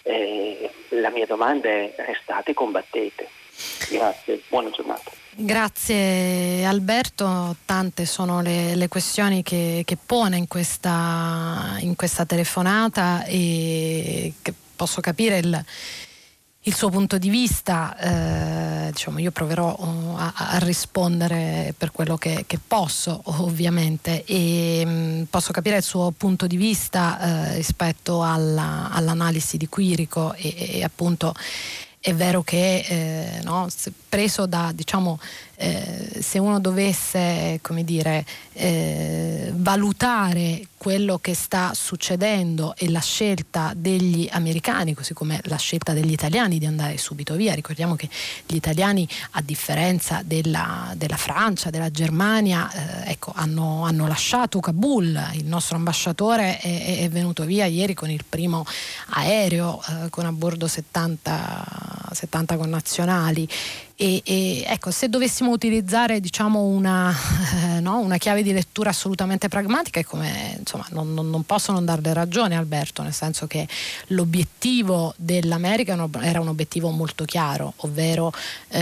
La mia domanda è: restate e combattete. Grazie, buona giornata. Grazie Alberto, tante sono le questioni che pone in questa telefonata, e che posso capire il suo punto di vista. Diciamo, io proverò a rispondere per quello che posso, ovviamente, e posso capire il suo punto di vista rispetto all'analisi di Quirico, e appunto è vero che preso da, diciamo, se uno dovesse, come dire, valutare quello che sta succedendo e la scelta degli americani, così come la scelta degli italiani di andare subito via. Ricordiamo che gli italiani, a differenza della Francia, della Germania, hanno lasciato Kabul. Il nostro ambasciatore è venuto via ieri con il primo aereo, con a bordo 70 connazionali. E ecco, se dovessimo utilizzare, diciamo, una chiave di lettura assolutamente pragmatica, è come, insomma, non posso non darle ragione, Alberto, nel senso che l'obiettivo dell'America era un obiettivo molto chiaro, ovvero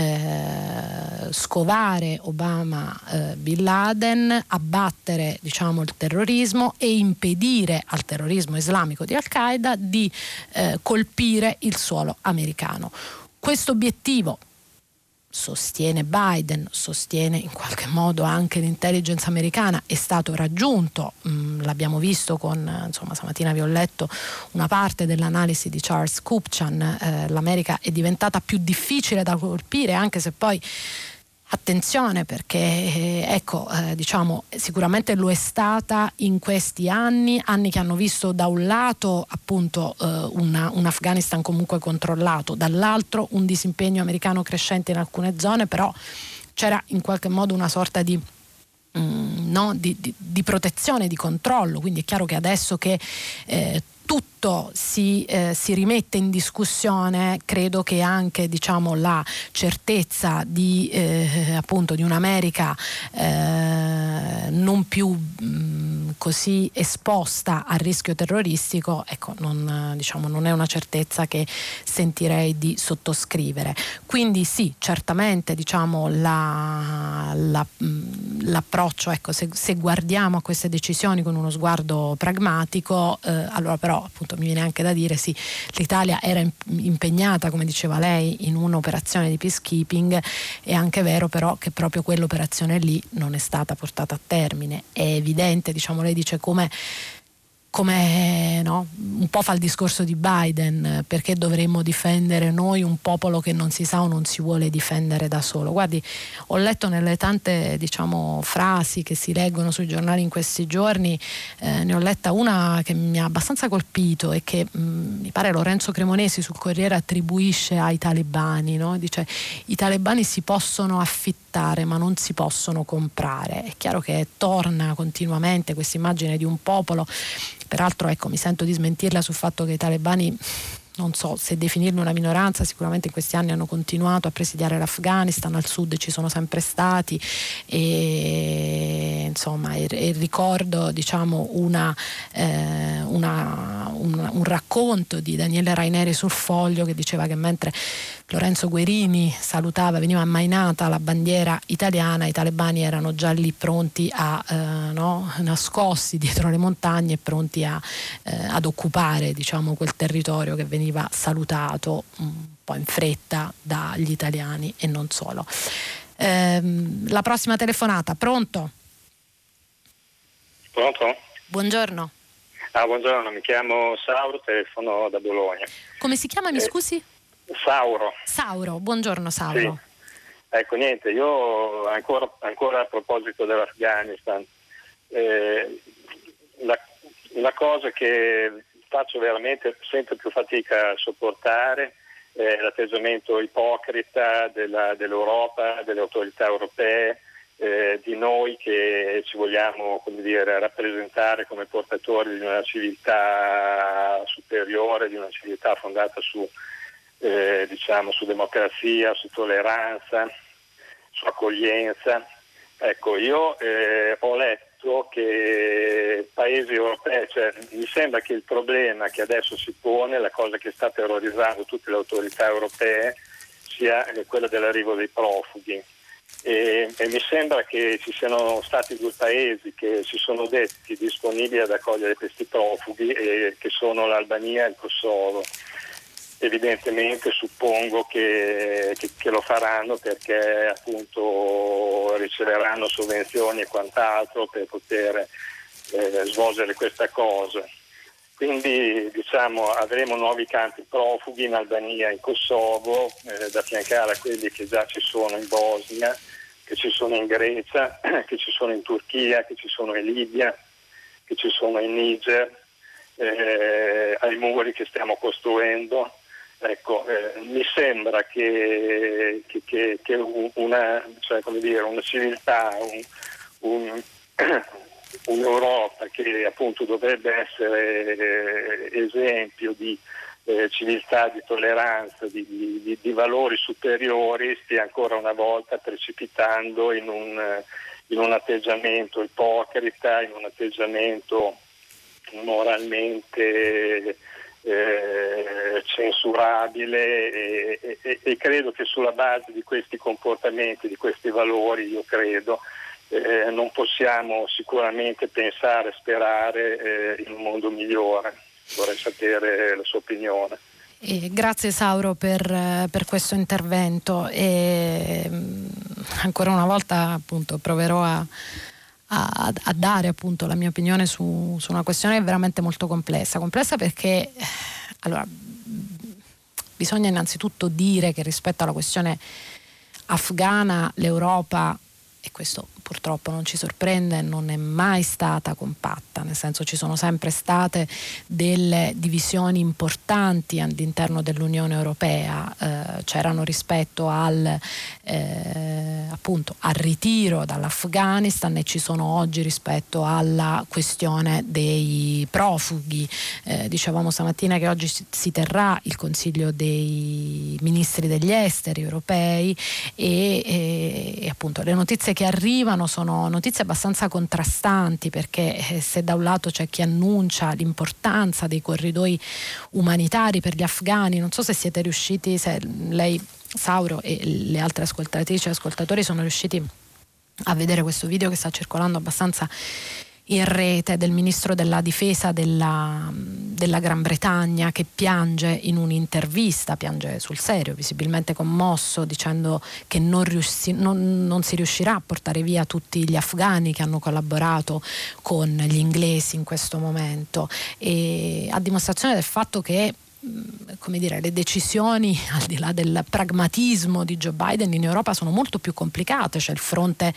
scovare Obama, Bin Laden, abbattere, diciamo, il terrorismo e impedire al terrorismo islamico di Al-Qaeda di colpire il suolo americano. Questo obiettivo, sostiene Biden, sostiene in qualche modo anche l'intelligence americana, è stato raggiunto. L'abbiamo visto stamattina vi ho letto una parte dell'analisi di Charles Kupchan. L'America è diventata più difficile da colpire, anche se poi, attenzione, perché diciamo, sicuramente lo è stata in questi anni che hanno visto da un lato appunto un Afghanistan comunque controllato, dall'altro un disimpegno americano crescente in alcune zone, però c'era in qualche modo una sorta di protezione, di controllo. Quindi è chiaro che adesso che tutto si rimette in discussione, credo che anche, diciamo, la certezza di un'America non più così esposta al rischio terroristico, non è una certezza che sentirei di sottoscrivere. Quindi sì, certamente, diciamo, l'approccio, se guardiamo a queste decisioni con uno sguardo pragmatico, allora però appunto mi viene anche da dire sì, l'Italia era impegnata, come diceva lei, in un'operazione di peacekeeping. È anche vero però che proprio quell'operazione lì non è stata portata a termine. È evidente, diciamo, lei dice come un po' fa il discorso di Biden: perché dovremmo difendere noi un popolo che non si sa o non si vuole difendere da solo. Guardi, ho letto nelle tante, diciamo, frasi che si leggono sui giornali in questi giorni, ne ho letta una che mi ha abbastanza colpito e che mi pare Lorenzo Cremonesi sul Corriere attribuisce ai talebani, no? Dice: i talebani si possono affittare ma non si possono comprare. È chiaro che torna continuamente questa immagine di un popolo. Peraltro, mi sento di smentirla sul fatto che i talebani, non so se definirli una minoranza, sicuramente in questi anni hanno continuato a presidiare l'Afghanistan, al sud ci sono sempre stati, e insomma il ricordo, diciamo, un racconto di Daniele Raineri sul Foglio, che diceva che mentre Lorenzo Guerini veniva ammainata la bandiera italiana, i talebani erano già lì pronti nascosti dietro le montagne, pronti ad occupare, diciamo, quel territorio che veniva salutato un po' in fretta dagli italiani e non solo. La prossima telefonata, pronto? Pronto? Buongiorno. Buongiorno, mi chiamo Sauro, telefono da Bologna. Come si chiama, mi scusi? Sauro, buongiorno Sauro. Sì. Ecco, niente, io ancora a proposito dell'Afghanistan, la cosa che faccio veramente sempre più fatica a sopportare è l'atteggiamento ipocrita dell'Europa, delle autorità europee, di noi che ci vogliamo, come dire, rappresentare come portatori di una civiltà superiore, di una civiltà fondata su democrazia, su tolleranza, su accoglienza, Ecco, io ho letto che paesi europei, cioè mi sembra che il problema che adesso si pone, la cosa che sta terrorizzando tutte le autorità europee, sia quella dell'arrivo dei profughi. E mi sembra che ci siano stati 2 paesi che si sono detti disponibili ad accogliere questi profughi, che sono l'Albania e il Kosovo. Evidentemente suppongo che lo faranno, perché appunto riceveranno sovvenzioni e quant'altro per poter svolgere questa cosa. Quindi avremo nuovi campi profughi in Albania e in Kosovo, da affiancare a quelli che già ci sono in Bosnia, che ci sono in Grecia, che ci sono in Turchia, che ci sono in Libia, che ci sono in Niger, ai muri che stiamo costruendo. Ecco, mi sembra che una civiltà, un'Europa che appunto dovrebbe essere esempio di civiltà, di tolleranza, di valori superiori, stia ancora una volta precipitando in un atteggiamento ipocrita, in un atteggiamento moralmente censurabile, e credo che sulla base di questi comportamenti, di questi valori, io credo non possiamo sicuramente pensare, sperare in un mondo migliore. Vorrei sapere la sua opinione. Grazie Sauro per questo intervento, e ancora una volta appunto proverò a dare appunto la mia opinione su una questione che è veramente molto complessa perché allora bisogna innanzitutto dire che rispetto alla questione afghana l'Europa, e questo purtroppo non ci sorprende, non è mai stata compatta, nel senso ci sono sempre state delle divisioni importanti all'interno dell'Unione Europea, c'erano rispetto al ritiro dall'Afghanistan, e ci sono oggi rispetto alla questione dei profughi. Dicevamo stamattina che oggi si terrà il Consiglio dei Ministri degli Esteri europei, e appunto le notizie che arrivano sono notizie abbastanza contrastanti, perché se da un lato c'è chi annuncia l'importanza dei corridoi umanitari per gli afghani, non so se siete riusciti, se lei Sauro e le altre ascoltatrici e ascoltatori sono riusciti a vedere questo video che sta circolando abbastanza in rete, del ministro della difesa della Gran Bretagna, che piange in un'intervista, piange sul serio, visibilmente commosso, dicendo che non si riuscirà a portare via tutti gli afghani che hanno collaborato con gli inglesi in questo momento, e a dimostrazione del fatto che le decisioni, al di là del pragmatismo di Joe Biden, in Europa sono molto più complicate. C'è il fronte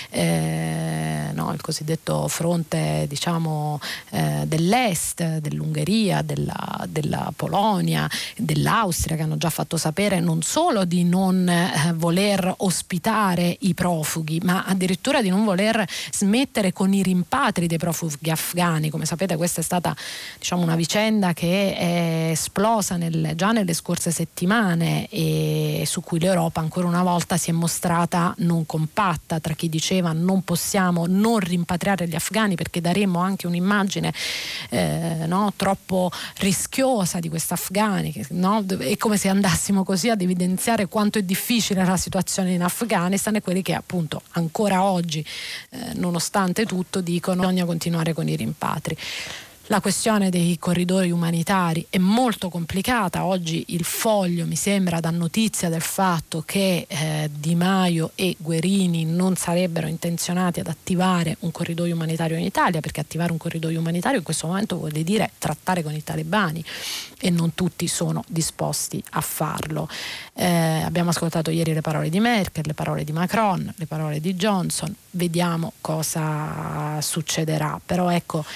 il cosiddetto fronte dell'est, dell'Ungheria, della Polonia, dell'Austria, che hanno già fatto sapere non solo di non voler ospitare i profughi, ma addirittura di non voler smettere con i rimpatri dei profughi afghani. Come sapete, questa è stata una vicenda che è esplosa già nelle scorse settimane, e su cui l'Europa ancora una volta si è mostrata non compatta, tra chi diceva non possiamo non rimpatriare gli afghani perché daremmo anche un'immagine troppo rischiosa di questi afghani, è come se andassimo così ad evidenziare quanto è difficile la situazione in Afghanistan, e quelli che appunto ancora oggi nonostante tutto dicono che bisogna continuare con i rimpatri. La questione dei corridoi umanitari è molto complicata. Oggi il Foglio mi sembra dà notizia del fatto che Di Maio e Guerini non sarebbero intenzionati ad attivare un corridoio umanitario in Italia, perché attivare un corridoio umanitario in questo momento vuol dire trattare con i talebani, e non tutti sono disposti a farlo. Abbiamo ascoltato ieri le parole di Merkel, le parole di Macron, le parole di Johnson, vediamo cosa succederà. Però ecco,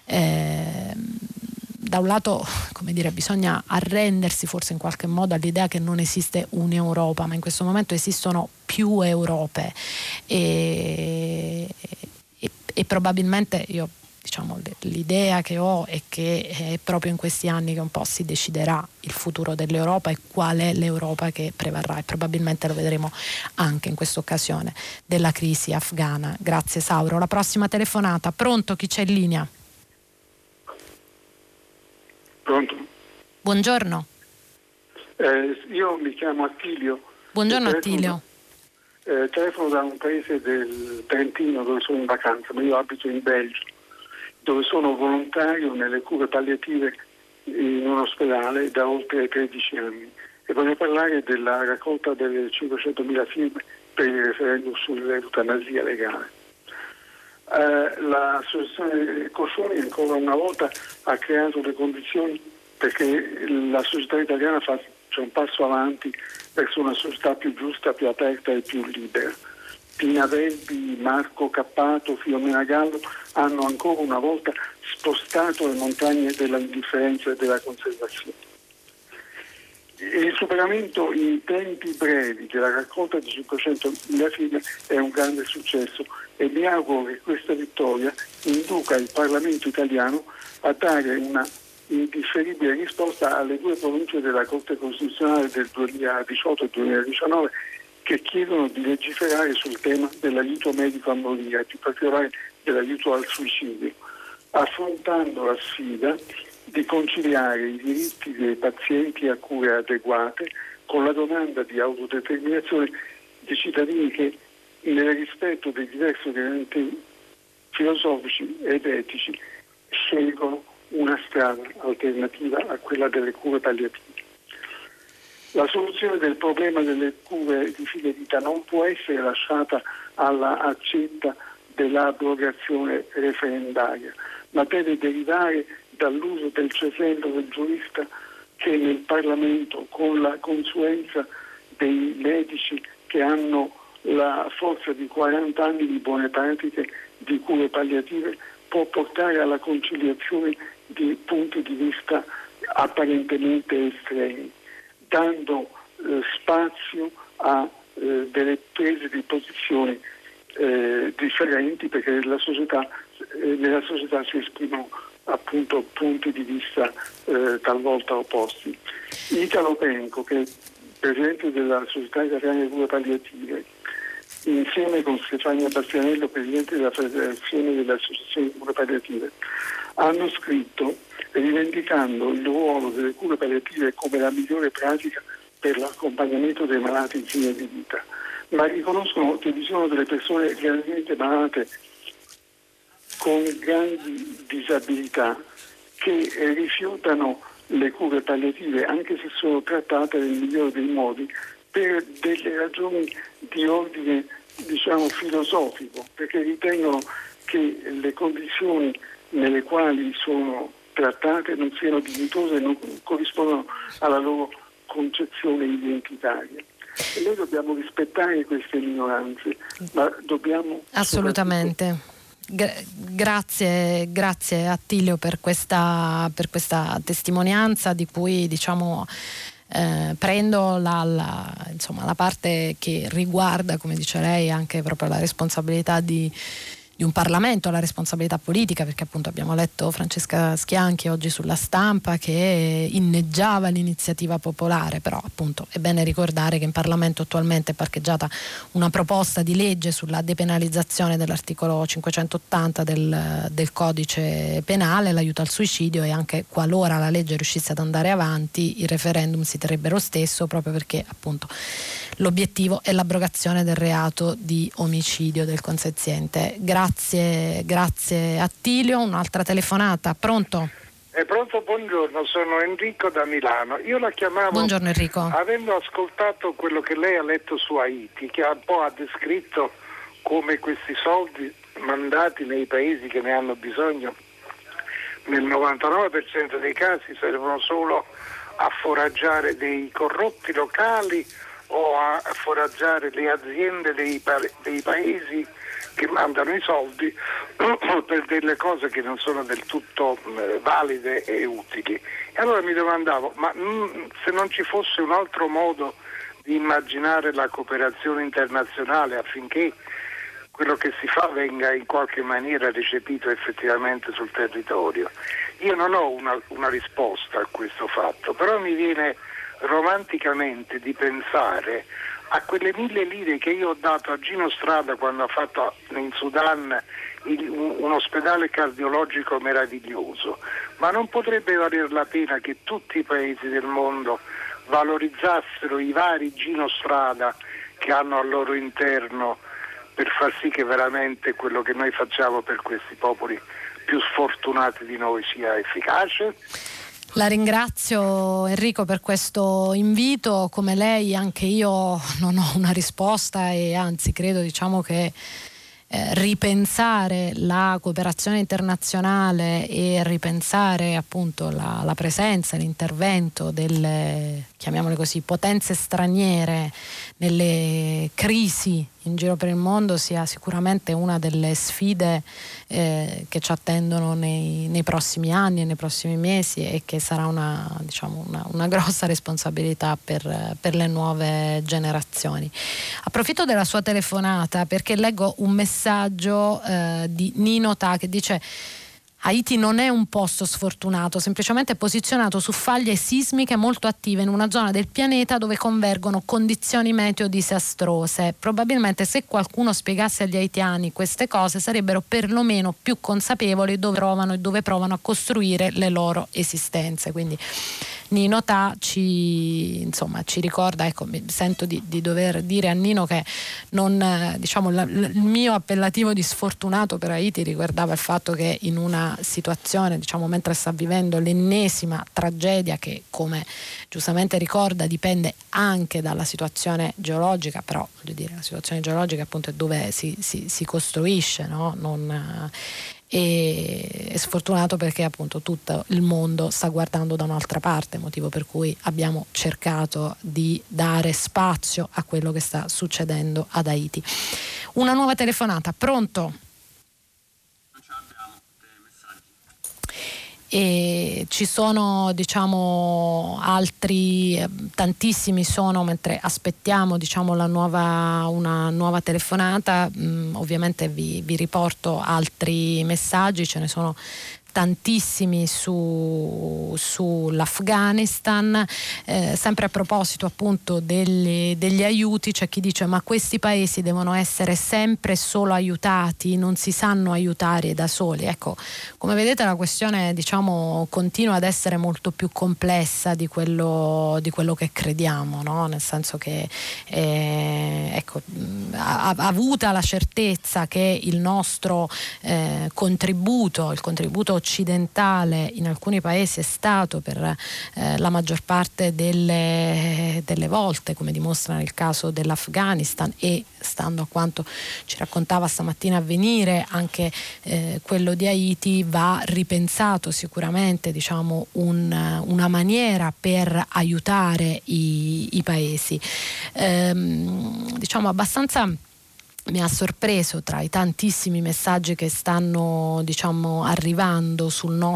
da un lato bisogna arrendersi forse in qualche modo all'idea che non esiste un'Europa, ma in questo momento esistono più Europe, e probabilmente io l'idea che ho è che è proprio in questi anni che un po' si deciderà il futuro dell'Europa e qual è l'Europa che prevarrà, e probabilmente lo vedremo anche in questa occasione della crisi afghana. Grazie Sauro. La prossima telefonata. Pronto? Chi c'è in linea? Pronto? Buongiorno. Io mi chiamo Attilio. Buongiorno Attilio. Telefono da un paese del Trentino dove sono in vacanza, ma io abito in Belgio, dove sono volontario nelle cure palliative in un ospedale da oltre 13 anni, e voglio parlare della raccolta delle 500.000 firme per il referendum sull'eutanasia legale. L'associazione Coscioni ancora una volta ha creato le condizioni perché la società italiana faccia un passo avanti verso una società più giusta, più aperta e più libera. Pina Verbi, Marco Cappato, Filomena Gallo hanno ancora una volta spostato le montagne dell'indifferenza e della conservazione. Il superamento in tempi brevi della raccolta di 500.000 firme è un grande successo e mi auguro che questa vittoria induca il Parlamento italiano a dare una indifferibile risposta alle due pronunce della Corte Costituzionale del 2018 e 2019 che chiedono di legiferare sul tema dell'aiuto medico a morire, in particolare dell'aiuto al suicidio, affrontando la sfida di conciliare i diritti dei pazienti a cure adeguate con la domanda di autodeterminazione di cittadini che, nel rispetto dei diversi orientamenti filosofici ed etici, scelgono una strada alternativa a quella delle cure palliative. La soluzione del problema delle cure di fine vita non può essere lasciata alla accetta dell'abrogazione referendaria, ma deve derivare dall'uso del cesello del giurista che nel Parlamento, con la consulenza dei medici che hanno la forza di 40 anni di buone pratiche di cure palliative, può portare alla conciliazione di punti di vista apparentemente estremi, dando spazio a delle prese di posizione differenti, perché nella società si esprimono appunto punti di vista talvolta opposti. Italo Penco, che è presidente della Società Italiana di Cure Palliative, insieme con Stefania Bastianello, presidente della Federazione delle Associazioni di Cure Palliative, hanno scritto rivendicando il ruolo delle cure palliative come la migliore pratica per l'accompagnamento dei malati in fine di vita, ma riconoscono che vi sono delle persone realmente malate con grandi disabilità che rifiutano le cure palliative, anche se sono trattate nel migliore dei modi, per delle ragioni di ordine, filosofico, perché ritengono che le condizioni nelle quali sono trattate non siano dignitose e non corrispondono alla loro concezione identitaria. E noi dobbiamo rispettare queste minoranze, ma dobbiamo... Assolutamente. Grazie Attilio per questa testimonianza di cui prendo la parte che riguarda, come dice lei, anche proprio la responsabilità di un Parlamento, la responsabilità politica, perché appunto abbiamo letto Francesca Schianchi oggi sulla Stampa che inneggiava l'iniziativa popolare, però appunto è bene ricordare che in Parlamento attualmente è parcheggiata una proposta di legge sulla depenalizzazione dell'articolo 580 del codice penale, l'aiuto al suicidio, e anche qualora la legge riuscisse ad andare avanti il referendum si terrebbe lo stesso, proprio perché appunto l'obiettivo è l'abrogazione del reato di omicidio del consenziente. Grazie Attilio. Un'altra telefonata. Pronto? Pronto, buongiorno, sono Enrico da Milano. Io la chiamavo, buongiorno Enrico, avendo ascoltato quello che lei ha letto su Haiti, che un po' ha descritto come questi soldi mandati nei paesi che ne hanno bisogno nel 99% dei casi servono solo a foraggiare dei corrotti locali o a foraggiare le aziende dei paesi che mandano i soldi per delle cose che non sono del tutto valide e utili. E allora mi domandavo, ma se non ci fosse un altro modo di immaginare la cooperazione internazionale affinché quello che si fa venga in qualche maniera recepito effettivamente sul territorio. Io non ho una risposta a questo fatto, però mi viene romanticamente di pensare a quelle 1.000 lire che io ho dato a Gino Strada quando ha fatto in Sudan un ospedale cardiologico meraviglioso, ma non potrebbe valer la pena che tutti i paesi del mondo valorizzassero i vari Gino Strada che hanno al loro interno, per far sì che veramente quello che noi facciamo per questi popoli più sfortunati di noi sia efficace? La ringrazio Enrico per questo invito. Come lei anche io non ho una risposta e anzi credo che ripensare la cooperazione internazionale e ripensare appunto la presenza, l'intervento delle, chiamiamole così, potenze straniere nelle crisi in giro per il mondo sia sicuramente una delle sfide che ci attendono nei prossimi anni e nei prossimi mesi, e che sarà una grossa responsabilità per le nuove generazioni. Approfitto della sua telefonata perché leggo un messaggio di Nino Ta che dice: Haiti non è un posto sfortunato, semplicemente posizionato su faglie sismiche molto attive in una zona del pianeta dove convergono condizioni meteo disastrose. Probabilmente se qualcuno spiegasse agli haitiani queste cose sarebbero perlomeno più consapevoli dove provano a costruire le loro esistenze. Quindi Nino Ta ci ricorda, ecco, mi sento di dover dire a Nino che il mio appellativo di sfortunato per Haiti riguardava il fatto che in una situazione, mentre sta vivendo l'ennesima tragedia che, come giustamente ricorda, dipende anche dalla situazione geologica, però la situazione geologica appunto è dove si costruisce, no? È sfortunato perché appunto tutto il mondo sta guardando da un'altra parte, motivo per cui abbiamo cercato di dare spazio a quello che sta succedendo ad Haiti. Una nuova telefonata, pronto? E ci sono altri tantissimi sono, mentre aspettiamo una nuova telefonata. Ovviamente vi riporto altri messaggi, ce ne sono tantissimi sull'Afghanistan. Sempre a proposito appunto degli aiuti, c'è chi dice: ma questi paesi devono essere sempre solo aiutati, non si sanno aiutare da soli. Ecco, come vedete la questione continua ad essere molto più complessa di quello che crediamo, no? Nel senso che avuta la certezza che il nostro contributo, il contributo occidentale in alcuni paesi è stato per la maggior parte delle volte, come dimostra nel caso dell'Afghanistan, e stando a quanto ci raccontava stamattina Avvenire anche quello di Haiti, va ripensato sicuramente una maniera per aiutare i paesi. Abbastanza mi ha sorpreso, tra i tantissimi messaggi che stanno arrivando sul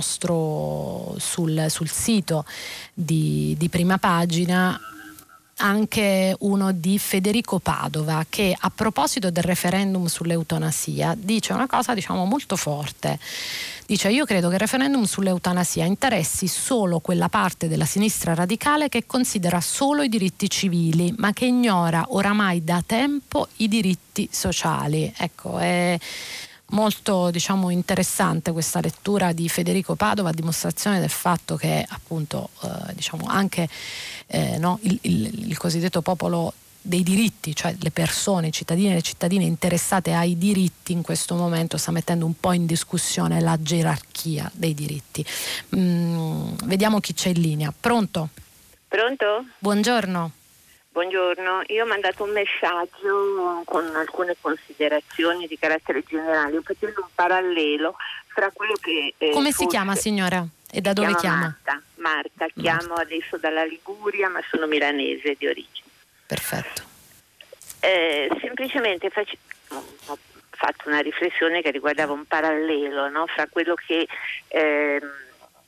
sito di Prima Pagina, anche uno di Federico Padova, che a proposito del referendum sull'eutanasia dice una cosa molto forte. Dice: io credo che il referendum sull'eutanasia interessi solo quella parte della sinistra radicale che considera solo i diritti civili, ma che ignora oramai da tempo i diritti sociali. Ecco, è molto interessante questa lettura di Federico Padova, a dimostrazione del fatto che appunto anche il cosiddetto popolo dei diritti, cioè le persone, i cittadini e le cittadine interessate ai diritti, in questo momento sta mettendo un po' in discussione la gerarchia dei diritti. Vediamo chi c'è in linea. Pronto? Pronto? Buongiorno. Buongiorno, io ho mandato un messaggio con alcune considerazioni di carattere generale, facendo un parallelo tra quello che... Come si chiama, signora? E da dove chiama? Marta, chiamo adesso dalla Liguria, ma sono milanese di origine. Perfetto. Semplicemente ho fatto una riflessione che riguardava un parallelo, no? Fra quello che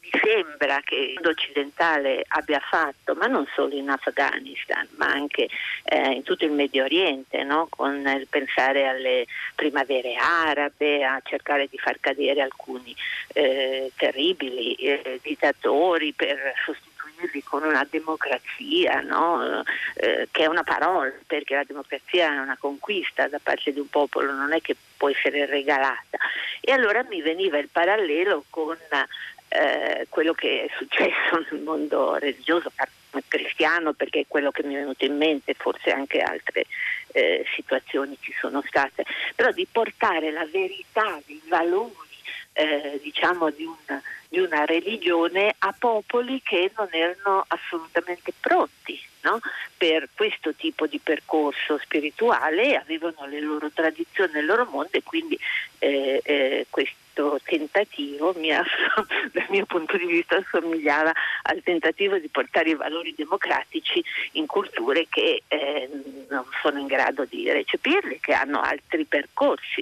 mi sembra che il mondo occidentale abbia fatto, ma non solo in Afghanistan, ma anche in tutto il Medio Oriente, no? Con il pensare alle primavere arabe, a cercare di far cadere alcuni terribili dittatori per sostituirli con una democrazia, no? Che è una parola, perché la democrazia è una conquista da parte di un popolo, non è che può essere regalata. E allora mi veniva il parallelo con quello che è successo nel mondo religioso cristiano, perché è quello che mi è venuto in mente, forse anche altre situazioni ci sono state, però di portare la verità dei valori diciamo di una religione a popoli che non erano assolutamente pronti, no? Per questo tipo di percorso spirituale, avevano le loro tradizioni, il loro mondo, e quindi questo tentativo dal mio punto di vista assomigliava al tentativo di portare i valori democratici in culture che non sono in grado di recepirli, che hanno altri percorsi,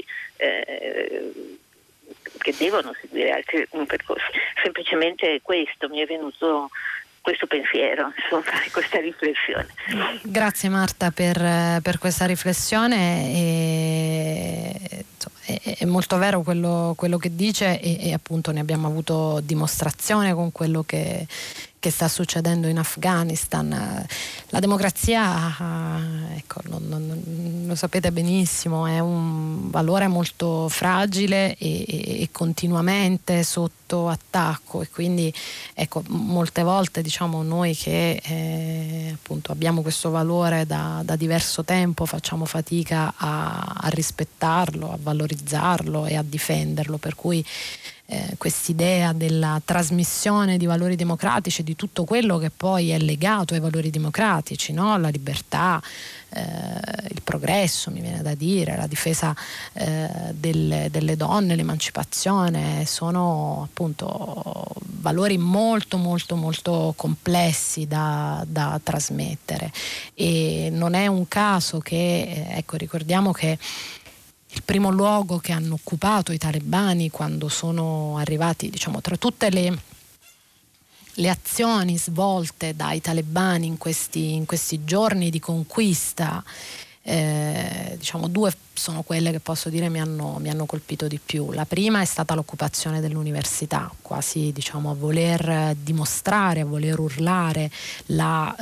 che devono seguire altri percorsi. Semplicemente questo mi è venuto, questo pensiero, insomma, questa riflessione. Grazie Marta per questa riflessione. È molto vero quello che dice, e appunto ne abbiamo avuto dimostrazione con quello che sta succedendo in Afghanistan. La democrazia, ecco, lo sapete benissimo, è un valore molto fragile e continuamente sotto attacco, e quindi ecco, molte volte diciamo noi che appunto abbiamo questo valore da diverso tempo facciamo fatica a rispettarlo, a valorizzarlo e a difenderlo, per cui quest'idea della trasmissione di valori democratici, di tutto quello che poi è legato ai valori democratici, no? La libertà, il progresso, mi viene da dire, la difesa delle donne, l'emancipazione, sono appunto valori molto molto molto complessi da trasmettere, e non è un caso che ecco, ricordiamo che il primo luogo che hanno occupato i talebani quando sono arrivati, diciamo, tra tutte le azioni svolte dai talebani in questi giorni di conquista, diciamo due sono quelle che posso dire mi hanno colpito di più. La prima è stata l'occupazione dell'università, quasi diciamo a voler dimostrare, a voler urlare la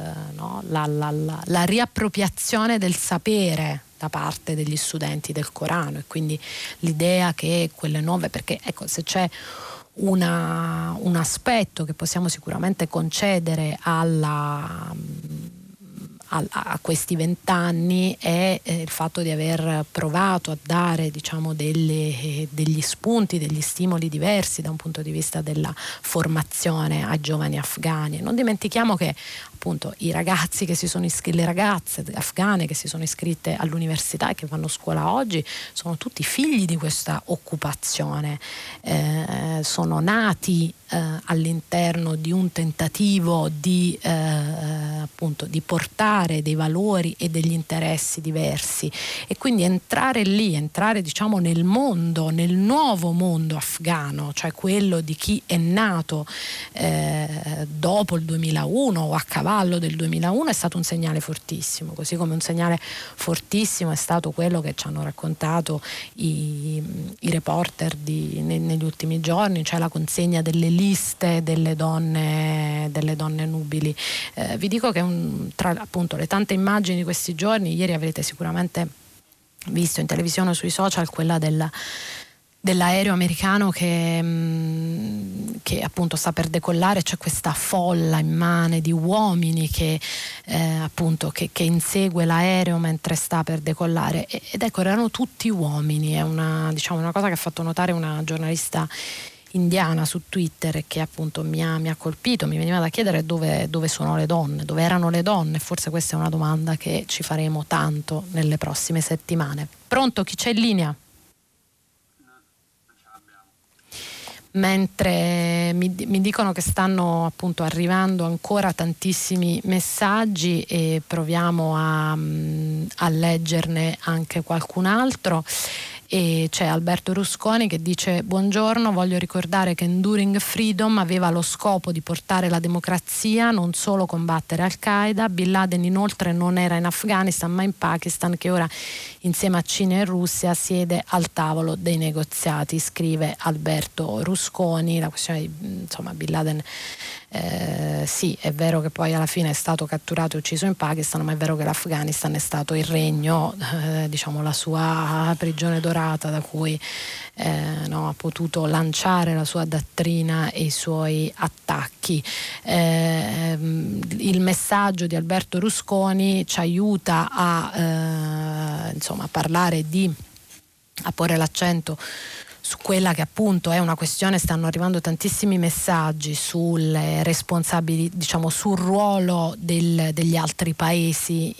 riappropriazione del sapere da parte degli studenti del Corano, e quindi l'idea che quelle nuove, perché ecco, se c'è un aspetto che possiamo sicuramente concedere a questi 20 anni è il fatto di aver provato a dare, diciamo, degli spunti, degli stimoli diversi da un punto di vista della formazione ai giovani afghani. Non dimentichiamo che appunto i ragazzi che si sono iscritti, le ragazze afghane che si sono iscritte all'università e che vanno a scuola oggi sono tutti figli di questa occupazione, sono nati all'interno di un tentativo di appunto di portare dei valori e degli interessi diversi, e quindi entrare diciamo nel mondo, nel nuovo mondo afghano, cioè quello di chi è nato dopo il 2001 o a cavallo del 2001, è stato un segnale fortissimo, così come un segnale fortissimo è stato quello che ci hanno raccontato i reporter negli ultimi giorni, cioè la consegna delle liste delle donne nubili. Vi dico che tra appunto le tante immagini di questi giorni, ieri avrete sicuramente visto in televisione o sui social quella dell'aereo americano che appunto sta per decollare. C'è questa folla immane di uomini che appunto che insegue l'aereo mentre sta per decollare, ed ecco, erano tutti uomini. È una cosa che ha fatto notare una giornalista indiana su Twitter, che appunto mi ha colpito. Mi veniva da chiedere dove sono le donne, dove erano le donne. Forse questa è una domanda che ci faremo tanto nelle prossime settimane. Pronto, chi c'è in linea? Mentre mi dicono che stanno appunto arrivando ancora tantissimi messaggi, e proviamo a leggerne anche qualcun altro. e c'è Alberto Rusconi che dice: buongiorno, voglio ricordare che Enduring Freedom aveva lo scopo di portare la democrazia, non solo combattere Al-Qaeda. Bin Laden inoltre non era in Afghanistan ma in Pakistan, che ora insieme a Cina e Russia siede al tavolo dei negoziati, scrive Alberto Rusconi. La questione di Bin Laden, sì, è vero che poi alla fine è stato catturato e ucciso in Pakistan, ma è vero che l'Afghanistan è stato il regno, la sua prigione dorata da cui ha potuto lanciare la sua dottrina e i suoi attacchi. Il messaggio di Alberto Rusconi ci aiuta a parlare a porre l'accento su quella che appunto è una questione. Stanno arrivando tantissimi messaggi sulle responsabilità, sul ruolo degli altri paesi,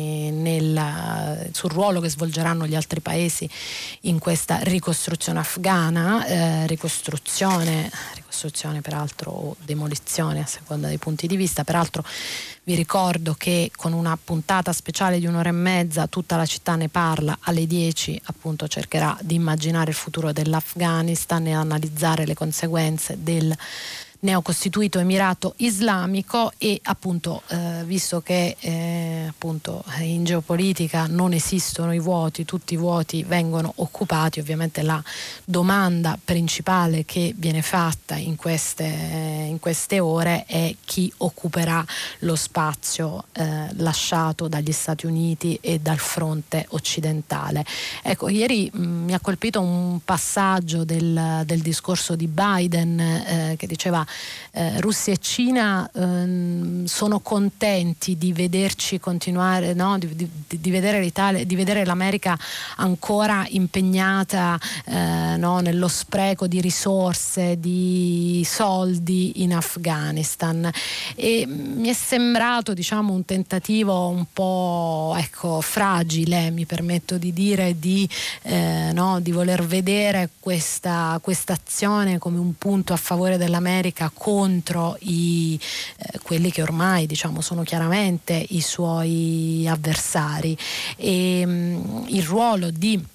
sul ruolo che svolgeranno gli altri paesi in questa ricostruzione afghana, ricostruzione peraltro o demolizione a seconda dei punti di vista. Peraltro vi ricordo che con una puntata speciale di 1 ora e mezza Tutta la città ne parla, alle 10 appunto cercherà di immaginare il futuro dell'Afghanistan e analizzare le conseguenze del neocostituito Emirato Islamico. E appunto visto che in geopolitica non esistono i vuoti, tutti i vuoti vengono occupati, ovviamente la domanda principale che viene fatta in queste ore è chi occuperà lo spazio lasciato dagli Stati Uniti e dal fronte occidentale. Ecco, ieri mi ha colpito un passaggio del discorso di Biden che diceva: Russia e Cina sono contenti di vederci continuare, di vedere l'Italia, di vedere l'America ancora impegnata nello spreco di risorse, di soldi in Afghanistan. E mi è sembrato un tentativo un po' fragile, mi permetto di dire, di voler vedere questa azione come un punto a favore dell'America contro quelli che ormai sono chiaramente i suoi avversari. E il ruolo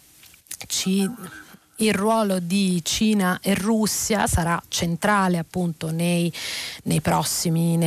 di Cina e Russia sarà centrale appunto nei prossimi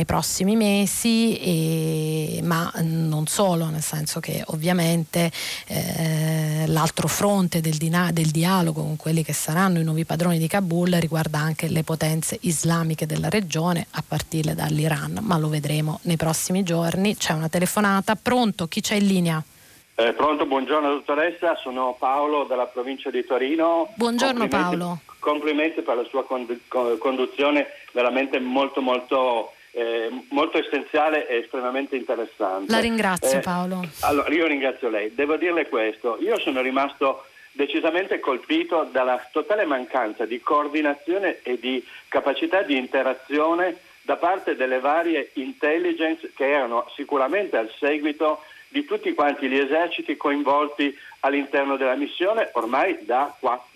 mesi, ma non solo, nel senso che ovviamente l'altro fronte del dialogo con quelli che saranno i nuovi padroni di Kabul riguarda anche le potenze islamiche della regione, a partire dall'Iran, ma lo vedremo nei prossimi giorni. C'è una telefonata. Pronto? Chi c'è in linea? Pronto, buongiorno dottoressa, sono Paolo dalla provincia di Torino. Buongiorno Paolo. Complimenti per la sua conduzione, veramente molto essenziale e estremamente interessante. La ringrazio Paolo. Allora, io ringrazio lei. Devo dirle questo: io sono rimasto decisamente colpito dalla totale mancanza di coordinazione e di capacità di interazione da parte delle varie intelligence che erano sicuramente al seguito di tutti quanti gli eserciti coinvolti all'interno della missione ormai da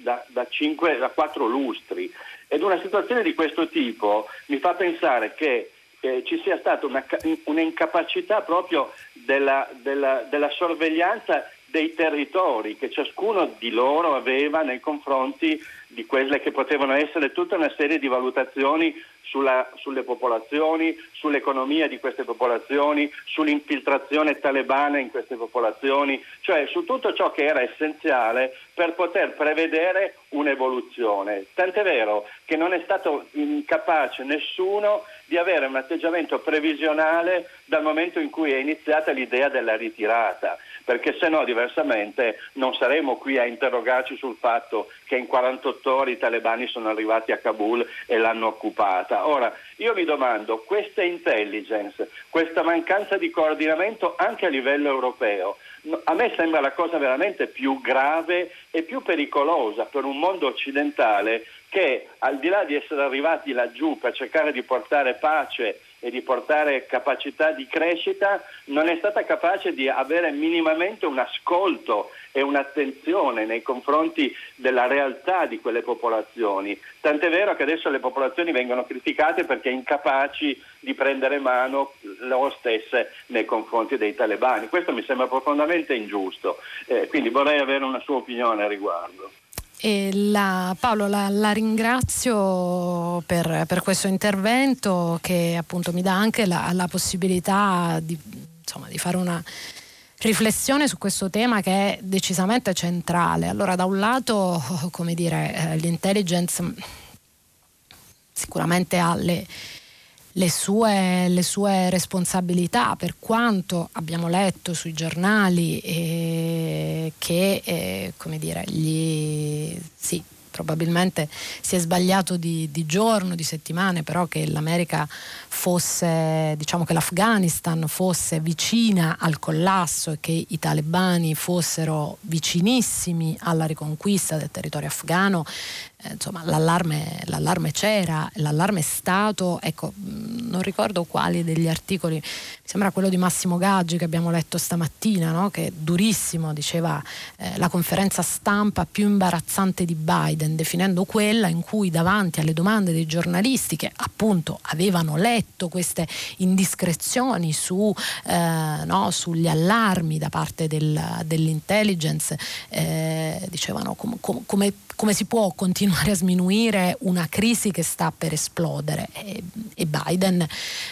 4 lustri. Ed una situazione di questo tipo mi fa pensare che ci sia stata un'incapacità proprio della sorveglianza dei territori che ciascuno di loro aveva nei confronti di quelle che potevano essere tutta una serie di valutazioni sulle popolazioni, sull'economia di queste popolazioni, sull'infiltrazione talebana in queste popolazioni, cioè su tutto ciò che era essenziale per poter prevedere un'evoluzione. Tant'è vero che non è stato capace nessuno di avere un atteggiamento previsionale dal momento in cui è iniziata l'idea della ritirata, perché se no diversamente non saremo qui a interrogarci sul fatto che in 48 ore i talebani sono arrivati a Kabul e l'hanno occupata. Ora, io mi domando, questa intelligence, questa mancanza di coordinamento anche a livello europeo, a me sembra la cosa veramente più grave e più pericolosa per un mondo occidentale che, al di là di essere arrivati laggiù per cercare di portare pace e di portare capacità di crescita, non è stata capace di avere minimamente un ascolto e un'attenzione nei confronti della realtà di quelle popolazioni. Tant'è vero che adesso le popolazioni vengono criticate perché incapaci di prendere mano loro stesse nei confronti dei talebani. Questo mi sembra profondamente ingiusto, quindi vorrei avere una sua opinione a riguardo. Paolo, la ringrazio per questo intervento che appunto mi dà anche la possibilità di fare una riflessione su questo tema che è decisamente centrale. Allora, da un lato, come dire, l'intelligence sicuramente ha le sue responsabilità, per quanto abbiamo letto sui giornali che come dire, probabilmente si è sbagliato di giorno, di settimane, però che l'America fosse, diciamo che l'Afghanistan fosse vicina al collasso e che i talebani fossero vicinissimi alla riconquista del territorio afghano. Insomma, l'allarme c'era, l'allarme è stato, ecco, non ricordo quali degli articoli, mi sembra quello di Massimo Gaggi che abbiamo letto stamattina, no? Che durissimo, diceva la conferenza stampa più imbarazzante di Biden, definendo quella in cui davanti alle domande dei giornalisti che appunto avevano letto queste indiscrezioni sugli allarmi da parte dell'intelligence, dicevano come si può continuare a sminuire una crisi che sta per esplodere, e Biden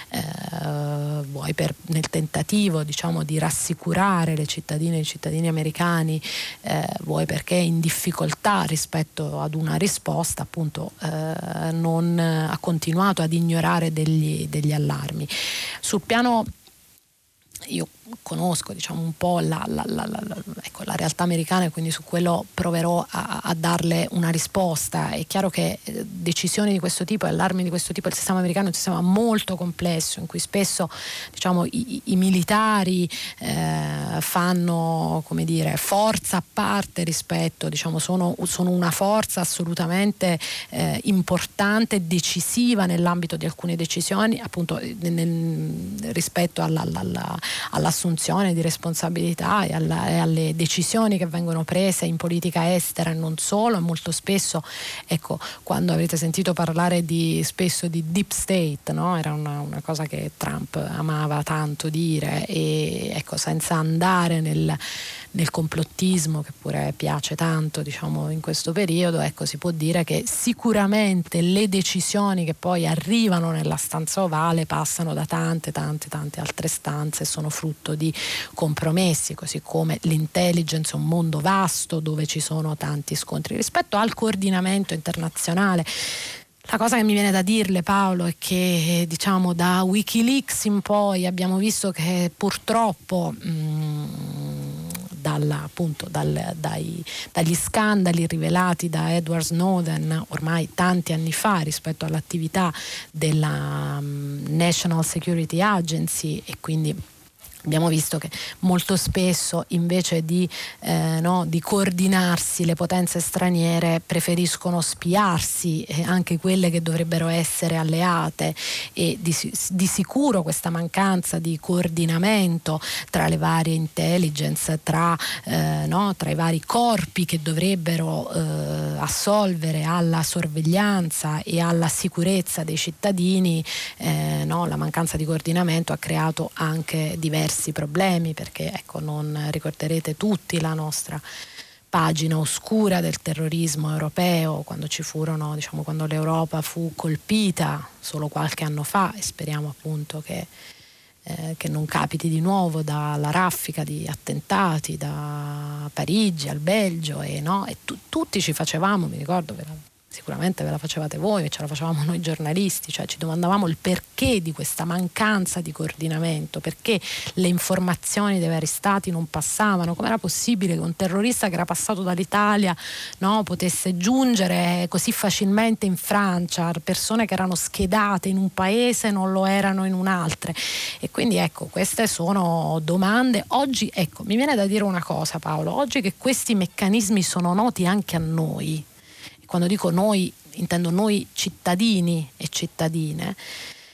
nel tentativo, diciamo, di rassicurare le cittadine e i cittadini americani, vuoi perché in difficoltà rispetto ad una risposta, appunto non ha continuato ad ignorare degli allarmi. Sul piano, io conosco, diciamo, un po' la realtà americana, e quindi su quello proverò a darle una risposta. È chiaro che decisioni di questo tipo, allarmi di questo tipo, il sistema americano è un sistema molto complesso, in cui spesso, diciamo, i militari fanno, come dire, forza a parte rispetto, diciamo, sono una forza assolutamente importante e decisiva nell'ambito di alcune decisioni, appunto rispetto all'assunzione di responsabilità e alle decisioni che vengono prese in politica estera e non solo. E molto spesso, ecco, quando avete sentito parlare spesso di deep state, no? Era una cosa che Trump amava tanto dire, e ecco, senza andare nel complottismo, che pure piace tanto, diciamo, in questo periodo, ecco, si può dire che sicuramente le decisioni che poi arrivano nella stanza ovale passano da tante altre stanze e sono frutto di compromessi, così come l'intelligence è un mondo vasto dove ci sono tanti scontri. Rispetto al coordinamento internazionale, la cosa che mi viene da dirle, Paolo, è che, diciamo, da Wikileaks in poi abbiamo visto che purtroppo dagli scandali rivelati da Edward Snowden ormai tanti anni fa rispetto all'attività della National Security Agency, e quindi abbiamo visto che molto spesso, invece di coordinarsi, le potenze straniere preferiscono spiarsi, anche quelle che dovrebbero essere alleate, e di sicuro questa mancanza di coordinamento tra le varie intelligence, tra i vari corpi che dovrebbero assolvere alla sorveglianza e alla sicurezza dei cittadini, la mancanza di coordinamento ha creato anche diversi problemi, perché, ecco, non ricorderete tutti la nostra pagina oscura del terrorismo europeo, quando ci furono, diciamo, quando l'Europa fu colpita solo qualche anno fa, e speriamo appunto che non capiti di nuovo, dalla raffica di attentati da Parigi al Belgio, e tutti ci facevamo, mi ricordo, sicuramente ve la facevate voi, ce la facevamo noi giornalisti, cioè ci domandavamo il perché di questa mancanza di coordinamento, perché le informazioni dei vari stati non passavano, com'era possibile che un terrorista che era passato dall'Italia, potesse giungere così facilmente in Francia, persone che erano schedate in un paese non lo erano in un altro. E quindi, ecco, queste sono domande. Oggi, ecco, mi viene da dire una cosa, Paolo, oggi che questi meccanismi sono noti anche a noi, quando dico noi intendo noi cittadini e cittadine,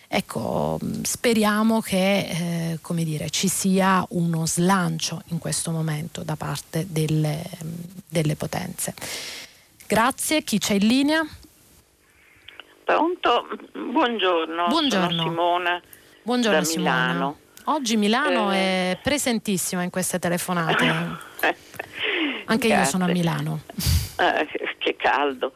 ecco, speriamo che ci sia uno slancio in questo momento da parte delle potenze. Grazie. Chi c'è in linea? Pronto? Buongiorno. Sono Simona. Buongiorno da Simona. Milano. Oggi Milano è presentissima in queste telefonate. Anche Grazie. Io sono a Milano. Che caldo.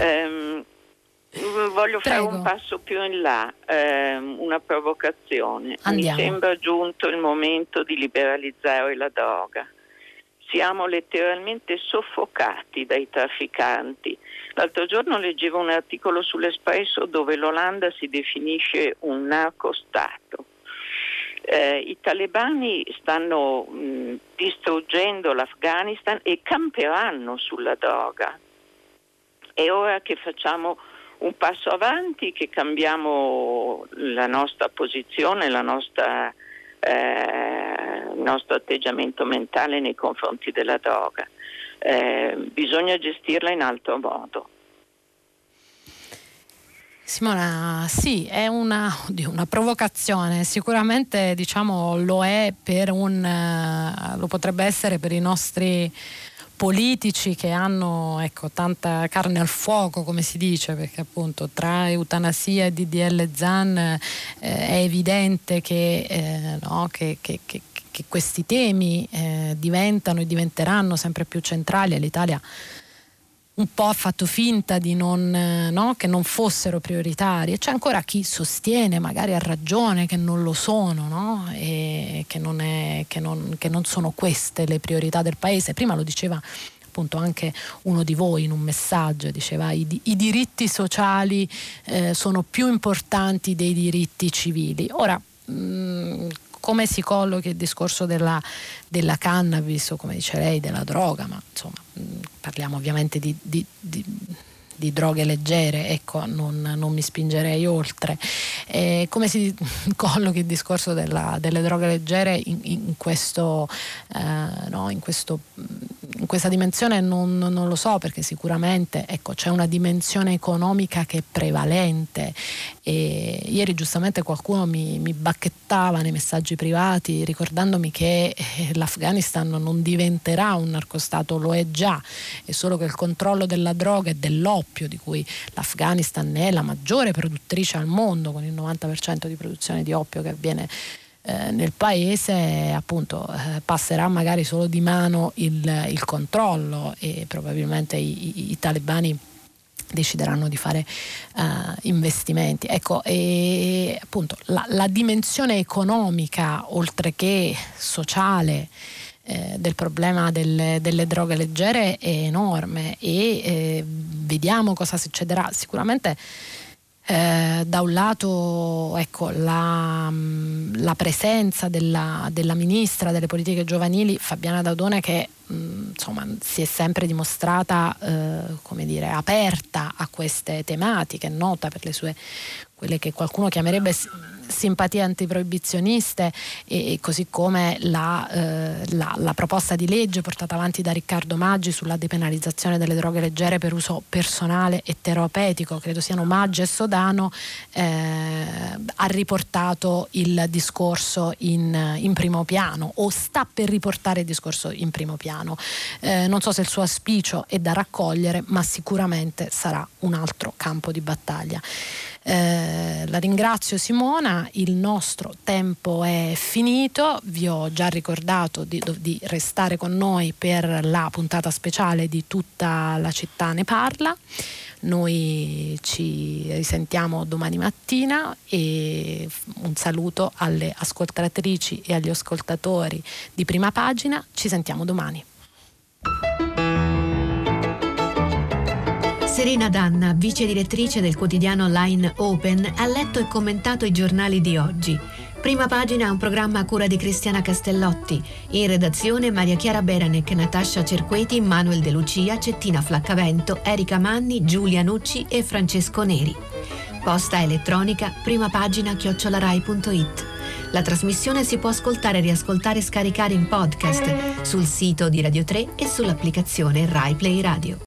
Voglio fare un passo più in là, una provocazione. Andiamo. Mi sembra giunto il momento di liberalizzare la droga. Siamo letteralmente soffocati dai trafficanti. L'altro giorno leggevo un articolo sull'Espresso dove l'Olanda si definisce un narcostato. I talebani stanno distruggendo l'Afghanistan e camperanno sulla droga. È ora che facciamo un passo avanti, che cambiamo la nostra posizione, il nostro atteggiamento mentale nei confronti della droga. Bisogna gestirla in altro modo. Simona, sì, è una provocazione, sicuramente lo è lo potrebbe essere per i nostri politici che hanno tanta carne al fuoco, come si dice, perché appunto tra eutanasia e DDL Zan è evidente che questi temi diventano e diventeranno sempre più centrali, e l'Italia un po' ha fatto finta di che non fossero prioritari, e c'è ancora chi sostiene, magari ha ragione, che non lo sono, e che non sono queste le priorità del paese. Prima lo diceva appunto anche uno di voi in un messaggio, diceva i diritti sociali sono più importanti dei diritti civili. Ora, come si colloca il discorso della cannabis, o come dice lei della droga, ma insomma parliamo ovviamente di droghe leggere, non mi spingerei oltre. Come si colloca il discorso delle droghe leggere in questa dimensione? Non lo so, perché sicuramente c'è una dimensione economica che è prevalente, e ieri giustamente qualcuno mi bacchettava nei messaggi privati ricordandomi che l'Afghanistan non diventerà un narcostato, lo è già, è solo che il controllo della droga e dell'oppio, di cui l'Afghanistan è la maggiore produttrice al mondo, con il 90% di produzione di oppio che avviene nel paese, appunto passerà magari solo di mano il controllo, e probabilmente i talebani decideranno di fare investimenti. E appunto la dimensione economica, oltre che sociale, del problema delle droghe leggere è enorme, e vediamo cosa succederà. Sicuramente da un lato la presenza della ministra delle politiche giovanili Fabiana Daudone, che si è sempre dimostrata aperta a queste tematiche, nota per le sue, quelle che qualcuno chiamerebbe simpatie antiproibizioniste, e così come la proposta di legge portata avanti da Riccardo Maggi sulla depenalizzazione delle droghe leggere per uso personale e terapeutico, credo siano Maggi e Sodano, ha riportato il discorso in primo piano, o sta per riportare il discorso in primo piano. Non so se il suo auspicio è da raccogliere, ma sicuramente sarà un altro campo di battaglia. La ringrazio Simona, il nostro tempo è finito, vi ho già ricordato di restare con noi per la puntata speciale di Tutta la città ne parla. Noi ci risentiamo domani mattina, e un saluto alle ascoltatrici e agli ascoltatori di Prima Pagina. Ci sentiamo domani. Serena Danna, vice direttrice del quotidiano online Open, ha letto e commentato i giornali di oggi. Prima Pagina è un programma a cura di Cristiana Castellotti. In redazione Maria Chiara Beranec, Natascia Cerqueti, Manuel De Lucia, Cettina Flaccavento, Erika Manni, Giulia Nucci e Francesco Neri. Posta elettronica primapagina@rai.it. La trasmissione si può ascoltare, riascoltare e scaricare in podcast sul sito di Radio 3 e sull'applicazione Rai Play Radio.